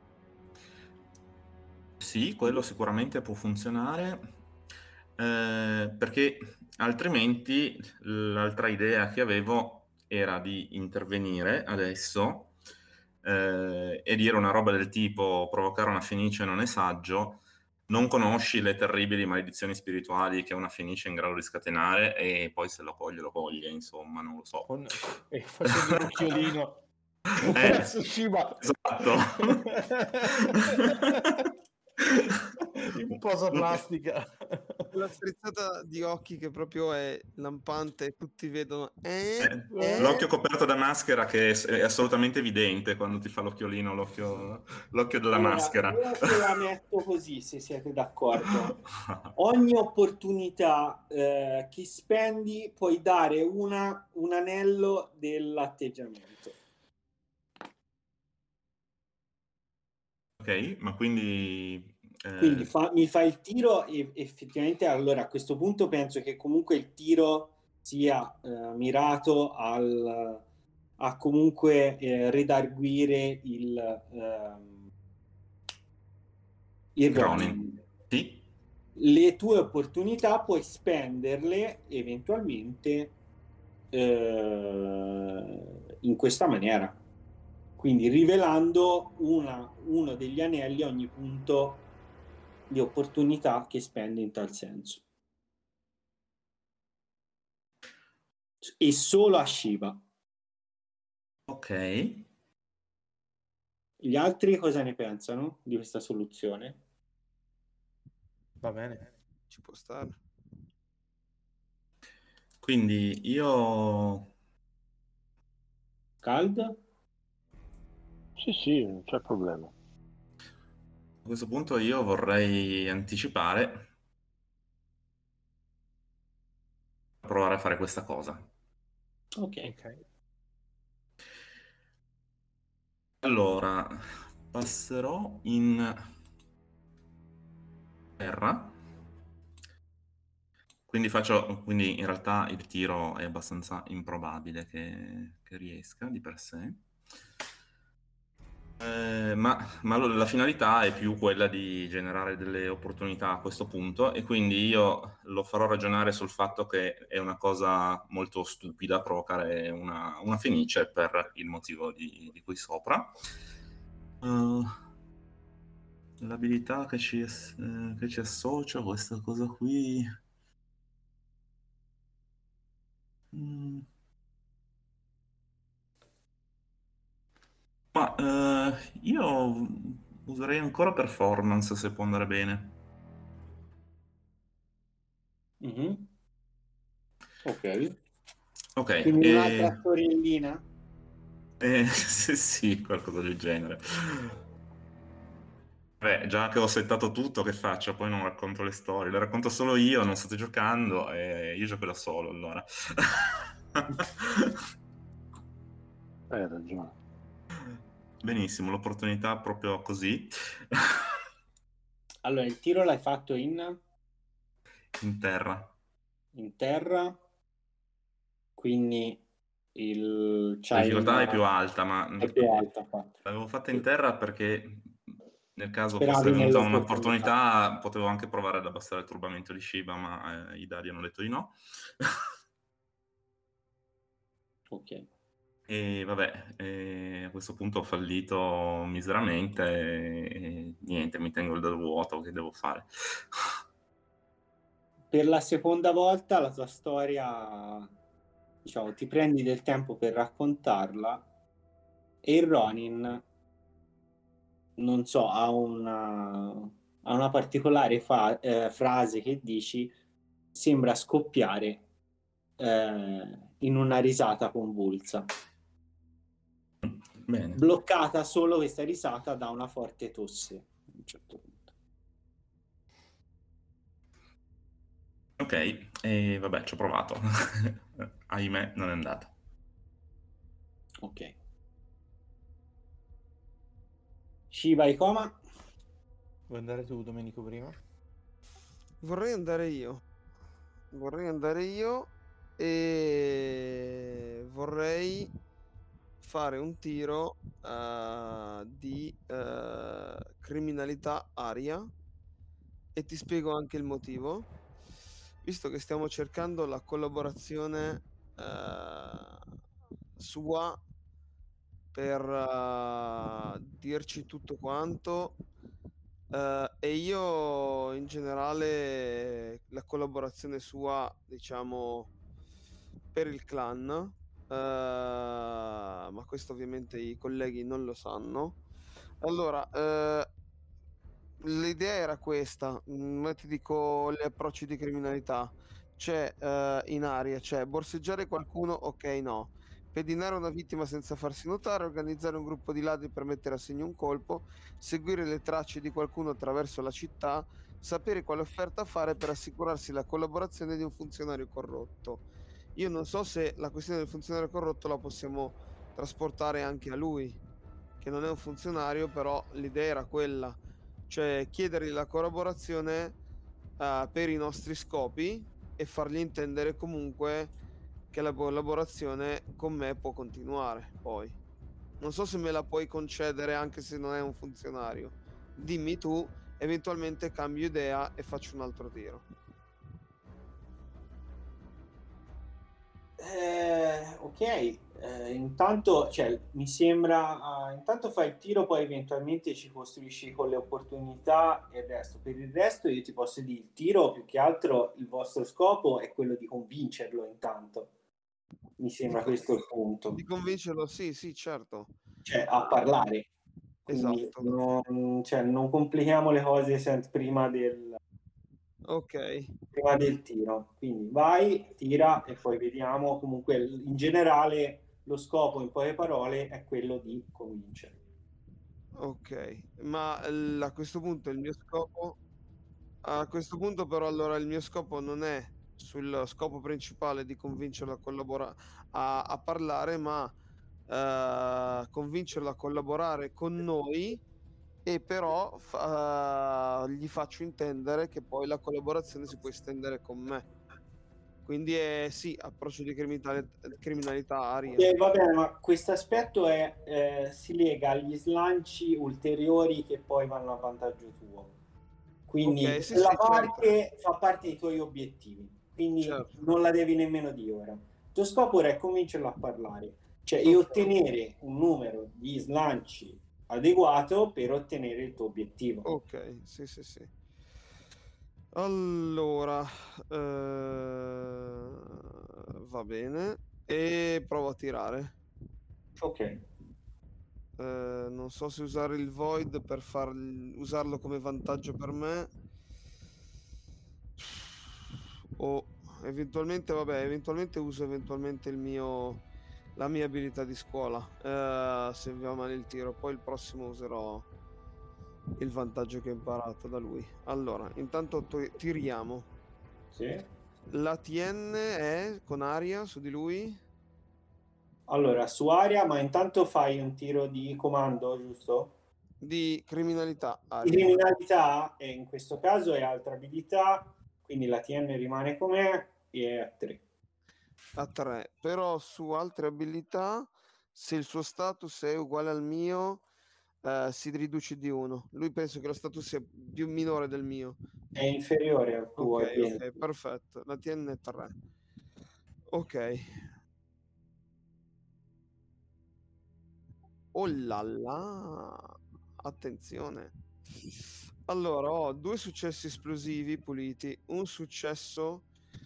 Sì, quello sicuramente può funzionare, perché altrimenti l'altra idea che avevo era di intervenire adesso e dire una roba del tipo provocare una fenice non è saggio, non conosci le terribili maledizioni spirituali che una fenice è in grado di scatenare e poi se lo coglie, insomma, non lo so. E facendo un occhiolino su Shiba. Esatto. In posa plastica. La strizzata di occhi che proprio è lampante e tutti vedono l'occhio coperto da maschera che è assolutamente evidente quando ti fa l'occhiolino, l'occhio della maschera. Io te la metto così, se siete d'accordo. Ogni opportunità che spendi puoi dare un anello dell'atteggiamento. Ok, ma quindi mi fa il tiro e effettivamente allora a questo punto penso che comunque il tiro sia mirato a comunque redarguire il Ronin. Ronin. Sì? Le tue opportunità puoi spenderle eventualmente in questa maniera, quindi rivelando uno degli anelli a ogni punto di opportunità che spende in tal senso, e solo a Shiva. Ok. Gli altri cosa ne pensano di questa soluzione? Va bene. Ci può stare. Quindi io... Cald? Sì, non c'è problema. A questo punto io vorrei anticipare, provare a fare questa cosa. Ok. Allora, passerò in terra. Quindi in realtà il tiro è abbastanza improbabile che riesca di per sé. Ma la finalità è più quella di generare delle opportunità a questo punto, e quindi io lo farò ragionare sul fatto che è una cosa molto stupida provocare una fenice per il motivo di cui sopra. L'abilità che ci associa a questa cosa qui... Ma io userei ancora performance, se può andare bene. Mhm. Ok. Ok, Quindi un'altra storiellina? sì, qualcosa del genere. Beh, già che ho settato tutto, che faccio? Poi non racconto le storie, le racconto solo io, non state giocando, e io gioco da solo, allora. Hai ragione. Benissimo, l'opportunità proprio così. Allora, il tiro l'hai fatto in In terra, quindi La c'hai difficoltà è più alta, ma è più alta, infatti. l'avevo fatta in terra perché nel caso fosse Speravi venuta nell'opportunità. un'opportunità potevo anche provare ad abbassare il turbamento di Shiba, ma i dadi hanno detto di no. Ok. E vabbè, a questo punto ho fallito miseramente e niente, mi tengo il dado vuoto, che devo fare? Per la seconda volta la tua storia, diciamo, ti prendi del tempo per raccontarla, e il Ronin, non so, ha una particolare frase che dici, sembra scoppiare in una risata convulsa, Bene. bloccata solo questa risata da una forte tosse a un certo punto. Ok, e vabbè, ci ho provato. Ahimè, non è andata. Ok. Shiva e coma. Vuoi andare tu, Domenico, prima? Vorrei andare io e vorrei fare un tiro di criminalità aria, e ti spiego anche il motivo. Visto che stiamo cercando la collaborazione sua per dirci tutto quanto, e io in generale la collaborazione sua, diciamo, per il clan, ma questo ovviamente i colleghi non lo sanno. Allora, l'idea era questa, ma ti dico gli approcci di criminalità. C'è in aria, c'è borseggiare qualcuno, ok, no. Pedinare una vittima senza farsi notare, organizzare un gruppo di ladri per mettere a segno un colpo, seguire le tracce di qualcuno attraverso la città, sapere quale offerta fare per assicurarsi la collaborazione di un funzionario corrotto. Io non so se la questione del funzionario corrotto la possiamo trasportare anche a lui, che non è un funzionario, però l'idea era quella, cioè chiedergli la collaborazione per i nostri scopi e fargli intendere comunque che la collaborazione con me può continuare. Poi non so se me la puoi concedere anche se non è un funzionario, dimmi tu eventualmente cambio idea e faccio un altro tiro. Ok, intanto, cioè, mi sembra, intanto fai il tiro, poi eventualmente ci costruisci con le opportunità e il resto. Per il resto io ti posso dire, il tiro, più che altro, il vostro scopo è quello di convincerlo intanto. Mi sembra questo il punto. Di convincerlo, sì, certo. Cioè, a parlare. Quindi Esatto. non complichiamo le cose prima del tiro. Quindi vai, tira e poi vediamo. Comunque, in generale, lo scopo, in poche parole, è quello di convincere. Ok, ma a questo punto il mio scopo... A questo punto però allora il mio scopo non è sul scopo principale di convincerlo a collaborare, a parlare, ma convincerlo a collaborare con noi, e però gli faccio intendere che poi la collaborazione si può estendere con me. Quindi è sì, approccio di criminalità aria. Va bene, ma questo aspetto si lega agli slanci ulteriori che poi vanno a vantaggio tuo. Quindi Ok, sì, quella sì, parte fa parte dei tuoi obiettivi, quindi certo. non la devi nemmeno dire ora. Il tuo scopo ora è convincerlo a parlare, cioè e ottenere un numero di slanci adeguato per ottenere il tuo obiettivo. Ok, sì. Allora, va bene, e provo a tirare. Ok. Non so se usare il Void per usarlo come vantaggio per me, o eventualmente, eventualmente uso la mia abilità di scuola, se mi va male il tiro. Poi il prossimo userò il vantaggio che ho imparato da lui. Allora, intanto tiriamo. Sì. La TN è con aria su di lui? Allora, su aria, ma intanto fai un tiro di comando, giusto? Di criminalità Di aria. criminalità, e in questo caso è altra abilità, quindi la TN rimane com'è e è a 3. A 3, però su altre abilità, se il suo status è uguale al mio, si riduce di 1. Lui penso che lo status sia più minore del mio. È inferiore al tuo. Ok, perfetto. La TN è 3. Ok. Oh là là. Attenzione. Allora, ho 2 successi esplosivi puliti, un successo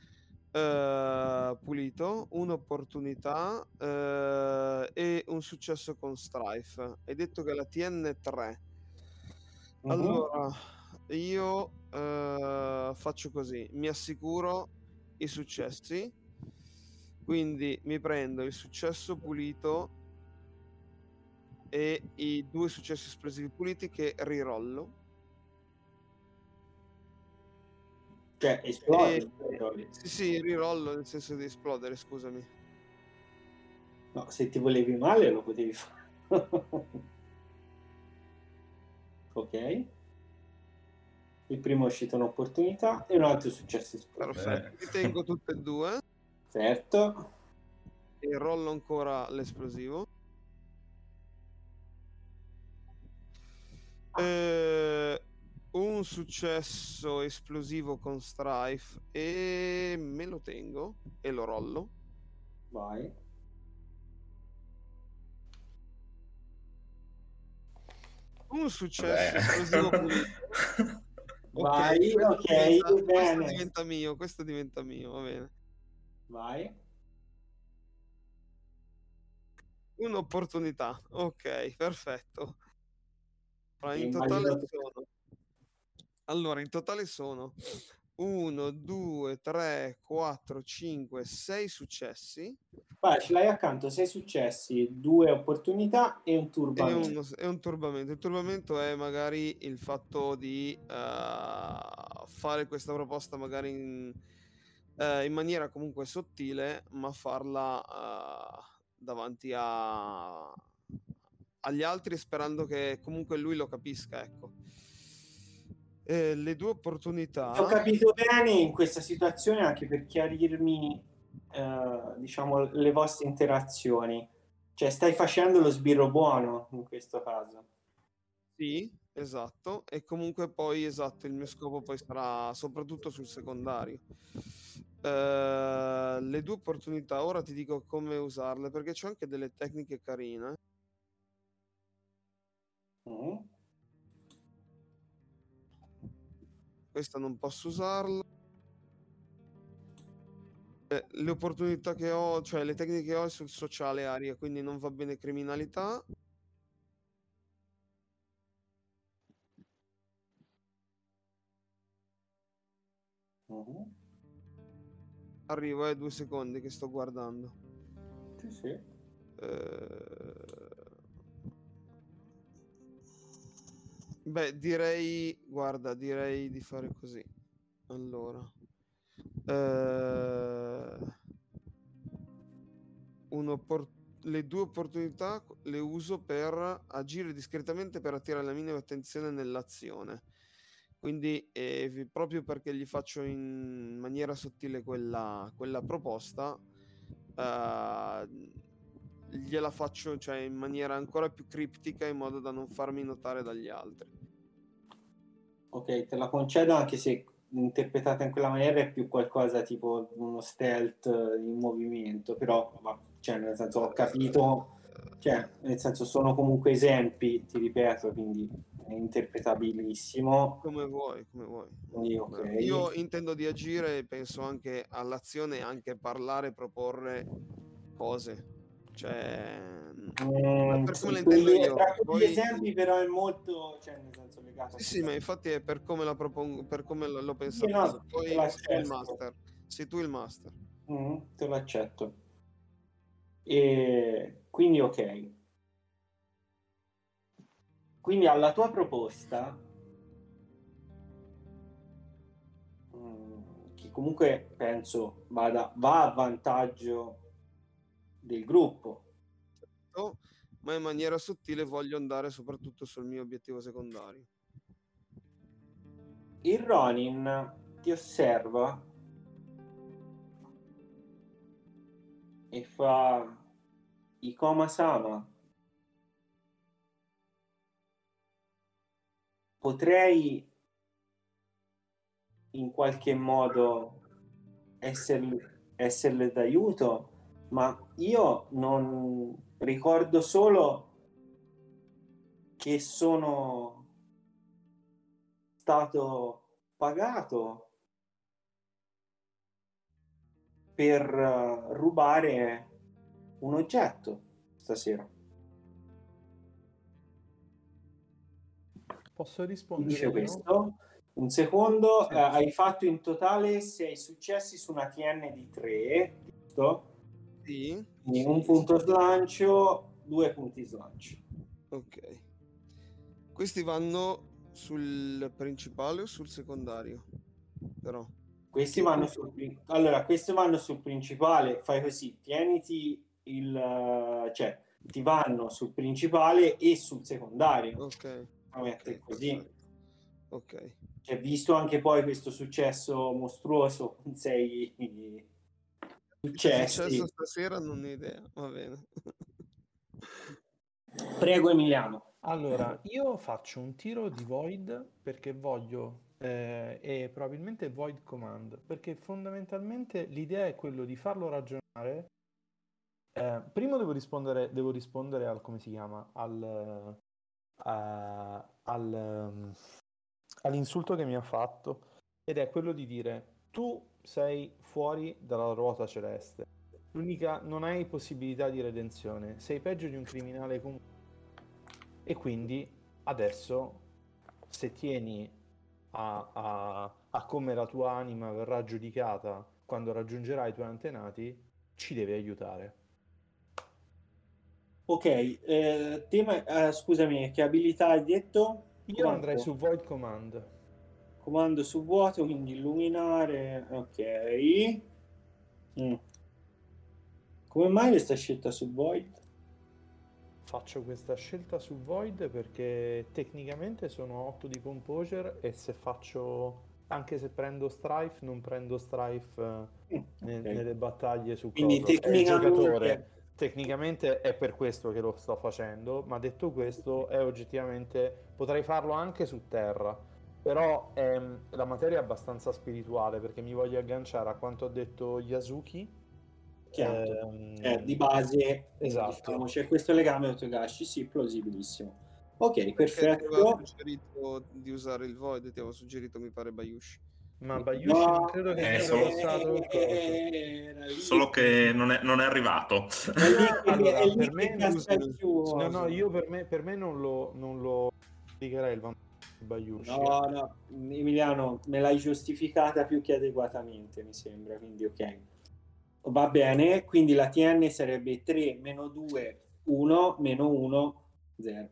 pulito, un'opportunità e un successo con Strife. Hai detto che la TN è 3. Allora, io faccio così, mi assicuro i successi, quindi mi prendo il successo pulito e i 2 successi esplosivi puliti che rirollo. Cioè, esplode. Sì, rirollo nel senso di esplodere, scusami. No, se ti volevi male lo potevi fare. Ok. Il primo è uscito un'opportunità e un altro è successo esplosivo. Perfetto, li tengo tutte e 2. Certo. E rollo ancora l'esplosivo. Un successo esplosivo con Strife e me lo tengo e lo rollo. Vai. Un successo esplosivo pulito. Vai, ok, bene. Questo diventa mio, va bene. Vai. Un'opportunità, ok, perfetto. In totale sono 1, 2, 3, 4, 5, 6 successi. Vai, ce l'hai accanto, 6 successi, 2 opportunità e un turbamento. E un turbamento. Il turbamento è magari il fatto di fare questa proposta magari in maniera comunque sottile, ma farla davanti agli altri, sperando che comunque lui lo capisca, ecco. Le 2 opportunità. Ho capito bene in questa situazione, anche per chiarirmi diciamo le vostre interazioni, cioè stai facendo lo sbirro buono in questo caso. Sì, esatto, e comunque poi esatto, il mio scopo poi sarà soprattutto sul secondario. Le 2 opportunità, ora ti dico come usarle, perché c'ho anche delle tecniche carine. Mm. Questa non posso usarla. Le opportunità che ho, cioè le tecniche che ho è sul sociale aria, quindi non va bene criminalità. Mm. Arrivo, 2 secondi che sto guardando. Sì, sì. Beh, direi di fare così. Allora, le 2 opportunità le uso per agire discretamente per attirare la minima attenzione nell'azione. Quindi proprio perché gli faccio in maniera sottile quella proposta, gliela faccio, cioè, in maniera ancora più criptica, in modo da non farmi notare dagli altri. Ok, te la concedo, anche se interpretata in quella maniera è più qualcosa tipo uno stealth in movimento, però cioè, nel senso ho capito, cioè, nel senso sono comunque esempi, ti ripeto, quindi è interpretabilissimo. Come vuoi, come vuoi. Quindi, ok. Io intendo di agire e penso anche all'azione, anche parlare, proporre cose. Cioè, per come la intendo io. Tra quegli Poi, esempi però è molto, cioè, nel senso legato a sì, ma infatti è per come la propongo, per come l'ho Sì, pensata no, io. te Poi sei tu il l'accetto. master. Sei tu il master. Te lo accetto. E quindi ok. Quindi alla tua proposta, che comunque penso va a vantaggio del gruppo. Ma in maniera sottile voglio andare soprattutto sul mio obiettivo secondario. Il Ronin ti osserva e fa: Ikoma-sama, potrei in qualche modo esserle d'aiuto, ma io non ricordo solo che sono stato pagato per rubare un oggetto stasera. Posso Ti rispondere dice io? questo. Un secondo, Sì. hai fatto in totale 6 successi su una TN di 3, giusto? Sì. Quindi Sì. un punto slancio, 2 punti slancio. Ok. Questi vanno sul principale o sul secondario? Però. Questi vanno sul principale, fai così, tieniti cioè ti vanno sul principale e sul secondario. Ok. Mette così. Perfetto. Ok. Cioè, visto anche poi questo successo mostruoso con 6 Che è successi. successo stasera non ho idea, va bene. Prego Emiliano. Allora, io faccio un tiro di Void perché voglio, e probabilmente Void Command, perché fondamentalmente l'idea è quello di farlo ragionare. Primo devo rispondere al, come si chiama, all'insulto che mi ha fatto, ed è quello di dire: tu sei fuori dalla ruota celeste, non hai possibilità di redenzione, sei peggio di un criminale comunque. E quindi adesso, se tieni a come la tua anima verrà giudicata quando raggiungerai i tuoi antenati, ci devi aiutare. Ok, scusami, che abilità hai detto? Io andrei su Void Command. Comando su vuoto, quindi illuminare. Ok. Come mai questa scelta su Void? Faccio questa scelta su Void perché tecnicamente sono 8 di Composure e se faccio, anche se prendo Strife, non prendo Strife Ok. nelle battaglie su Quindi cosa. È il giocatore. tecnicamente è per questo che lo sto facendo, ma detto questo è oggettivamente potrei farlo anche su terra, però la materia è abbastanza spirituale perché mi voglio agganciare a quanto ha detto Yasuki. Chiaro. Di base, Esatto. diciamo, c'è questo legame con Togashi, sì, plausibilissimo. Ok, Perché ti aveva perfetto. suggerito di usare il Void, ti avevo suggerito, mi pare, Bayushi. Ma Bayushi non No, credo che mi abbia solo- passato il coso. era lì Solo che non è arrivato. è lì che, Allora, è lì per che me casca il chiuso. no, io per me non lo applicherei il vantaggio di Bayushi. No, no, Emiliano, me l'hai giustificata più che adeguatamente, mi sembra, quindi ok. Va bene, quindi la TN sarebbe 3 meno 2, 1, meno 1, 0.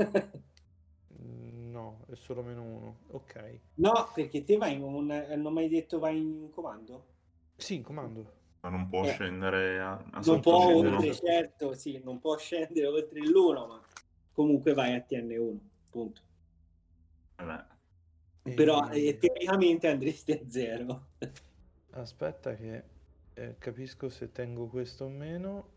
No, è solo -1. Ok. No, perché te vai in un... Non mi hai detto vai in comando? Sì, in comando. Ma non può scendere a Non sotto può l'1. oltre, certo, sì, non può scendere oltre l'1, ma comunque vai a TN1, punto. Però teoricamente andresti a 0. Aspetta che capisco se tengo questo o meno.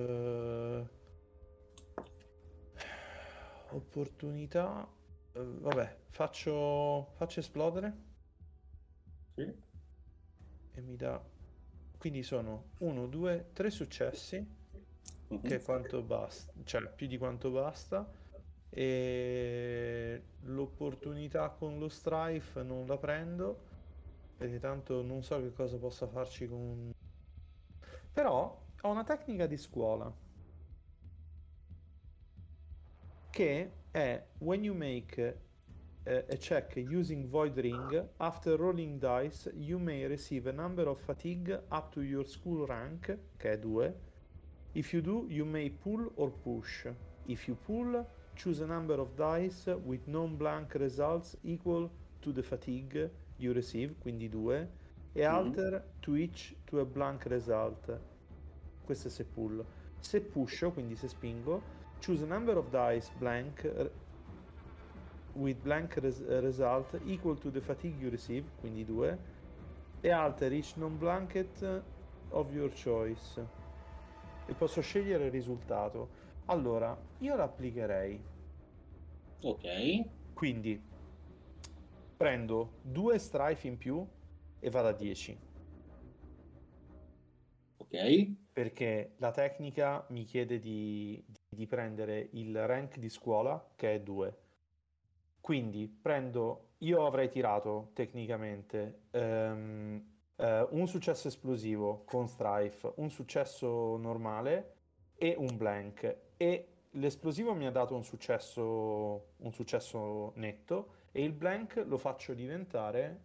Opportunità. Vabbè, faccio esplodere Sì. e mi dà. Quindi sono 1, 2, 3 successi, che è quanto basta, cioè più di quanto basta. E l'opportunità con lo strife non la prendo perché tanto non so che cosa possa farci con. Però ho una tecnica di scuola che è when you make a check using Void Ring, after rolling dice you may receive a number of fatigue up to your school rank, che è 2. If you do, you may pull or push. If you pull, choose a number of dice with non-blank results equal to the fatigue you receive, quindi 2, e alter to each to a blank result. Questo è se pull. Se pusho, quindi se spingo, choose a number of dice blank with blank result equal to the fatigue you receive, quindi 2, e alter each non-blanket of your choice. E posso scegliere il risultato. Allora, io l'applicherei. Ok. Quindi prendo 2 strife in più e vado a 10. Ok. Perché la tecnica mi chiede di prendere il rank di scuola, che è 2. Quindi prendo, io avrei tirato tecnicamente un successo esplosivo con strife, un successo normale e un blank. E l'esplosivo mi ha dato un successo netto e il blank lo faccio diventare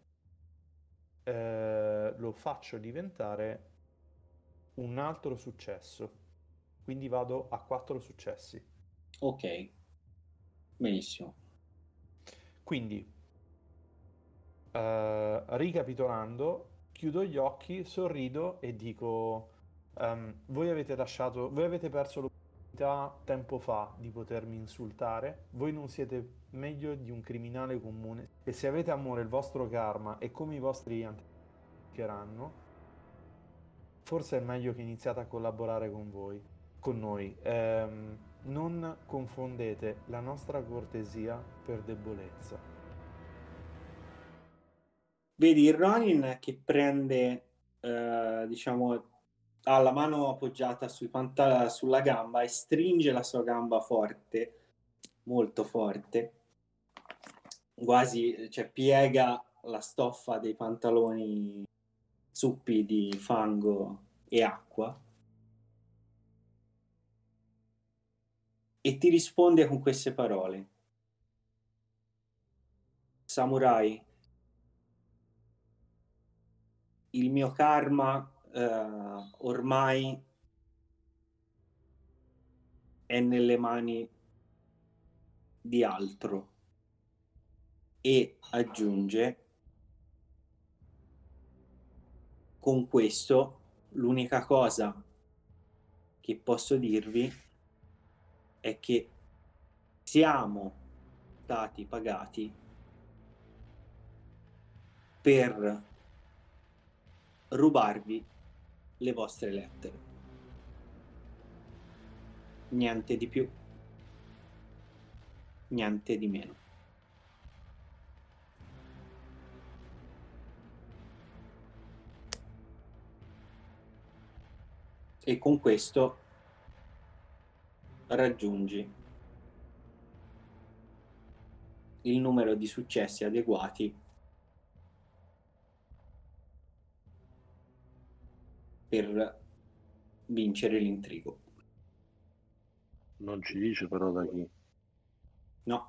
un altro successo. Quindi vado a 4 successi. Ok. Benissimo. Quindi, ricapitolando, chiudo gli occhi, sorrido e dico: voi avete perso l'opportunità tempo fa di potermi insultare, voi non siete meglio di un criminale comune e se avete amore il vostro karma e come i vostri anticheranno, forse è meglio che iniziate a collaborare con noi. Non confondete la nostra cortesia per debolezza. Vedi il Ronin che prende, diciamo, ha la mano appoggiata sulla gamba e stringe la sua gamba forte, molto forte, quasi, cioè, piega la stoffa dei pantaloni zuppi di fango e acqua e ti risponde con queste parole: Samurai, il mio karma ormai è nelle mani di altro. E aggiunge: con questo l'unica cosa che posso dirvi è che siamo stati pagati per rubarvi le vostre lettere. Niente di più, niente di meno. E con questo raggiungi il numero di successi adeguati per vincere l'intrigo. Non ci dice però da chi. No,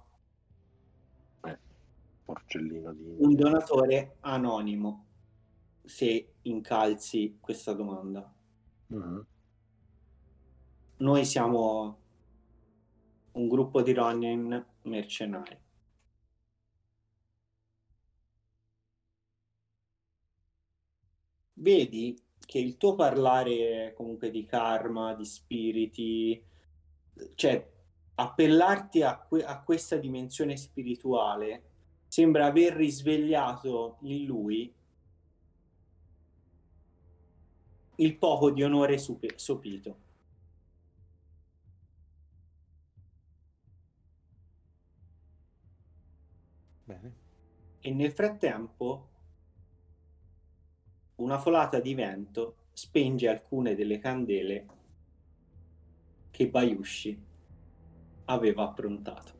Porcellino di un India. donatore anonimo, se incalzi questa domanda. Mhm. Noi siamo un gruppo di Ronin mercenari. Vedi che il tuo parlare comunque di karma, di spiriti, cioè appellarti a questa dimensione spirituale sembra aver risvegliato in lui il poco di onore sopito. Bene. E nel frattempo una folata di vento spenge alcune delle candele che Bayushi aveva approntato.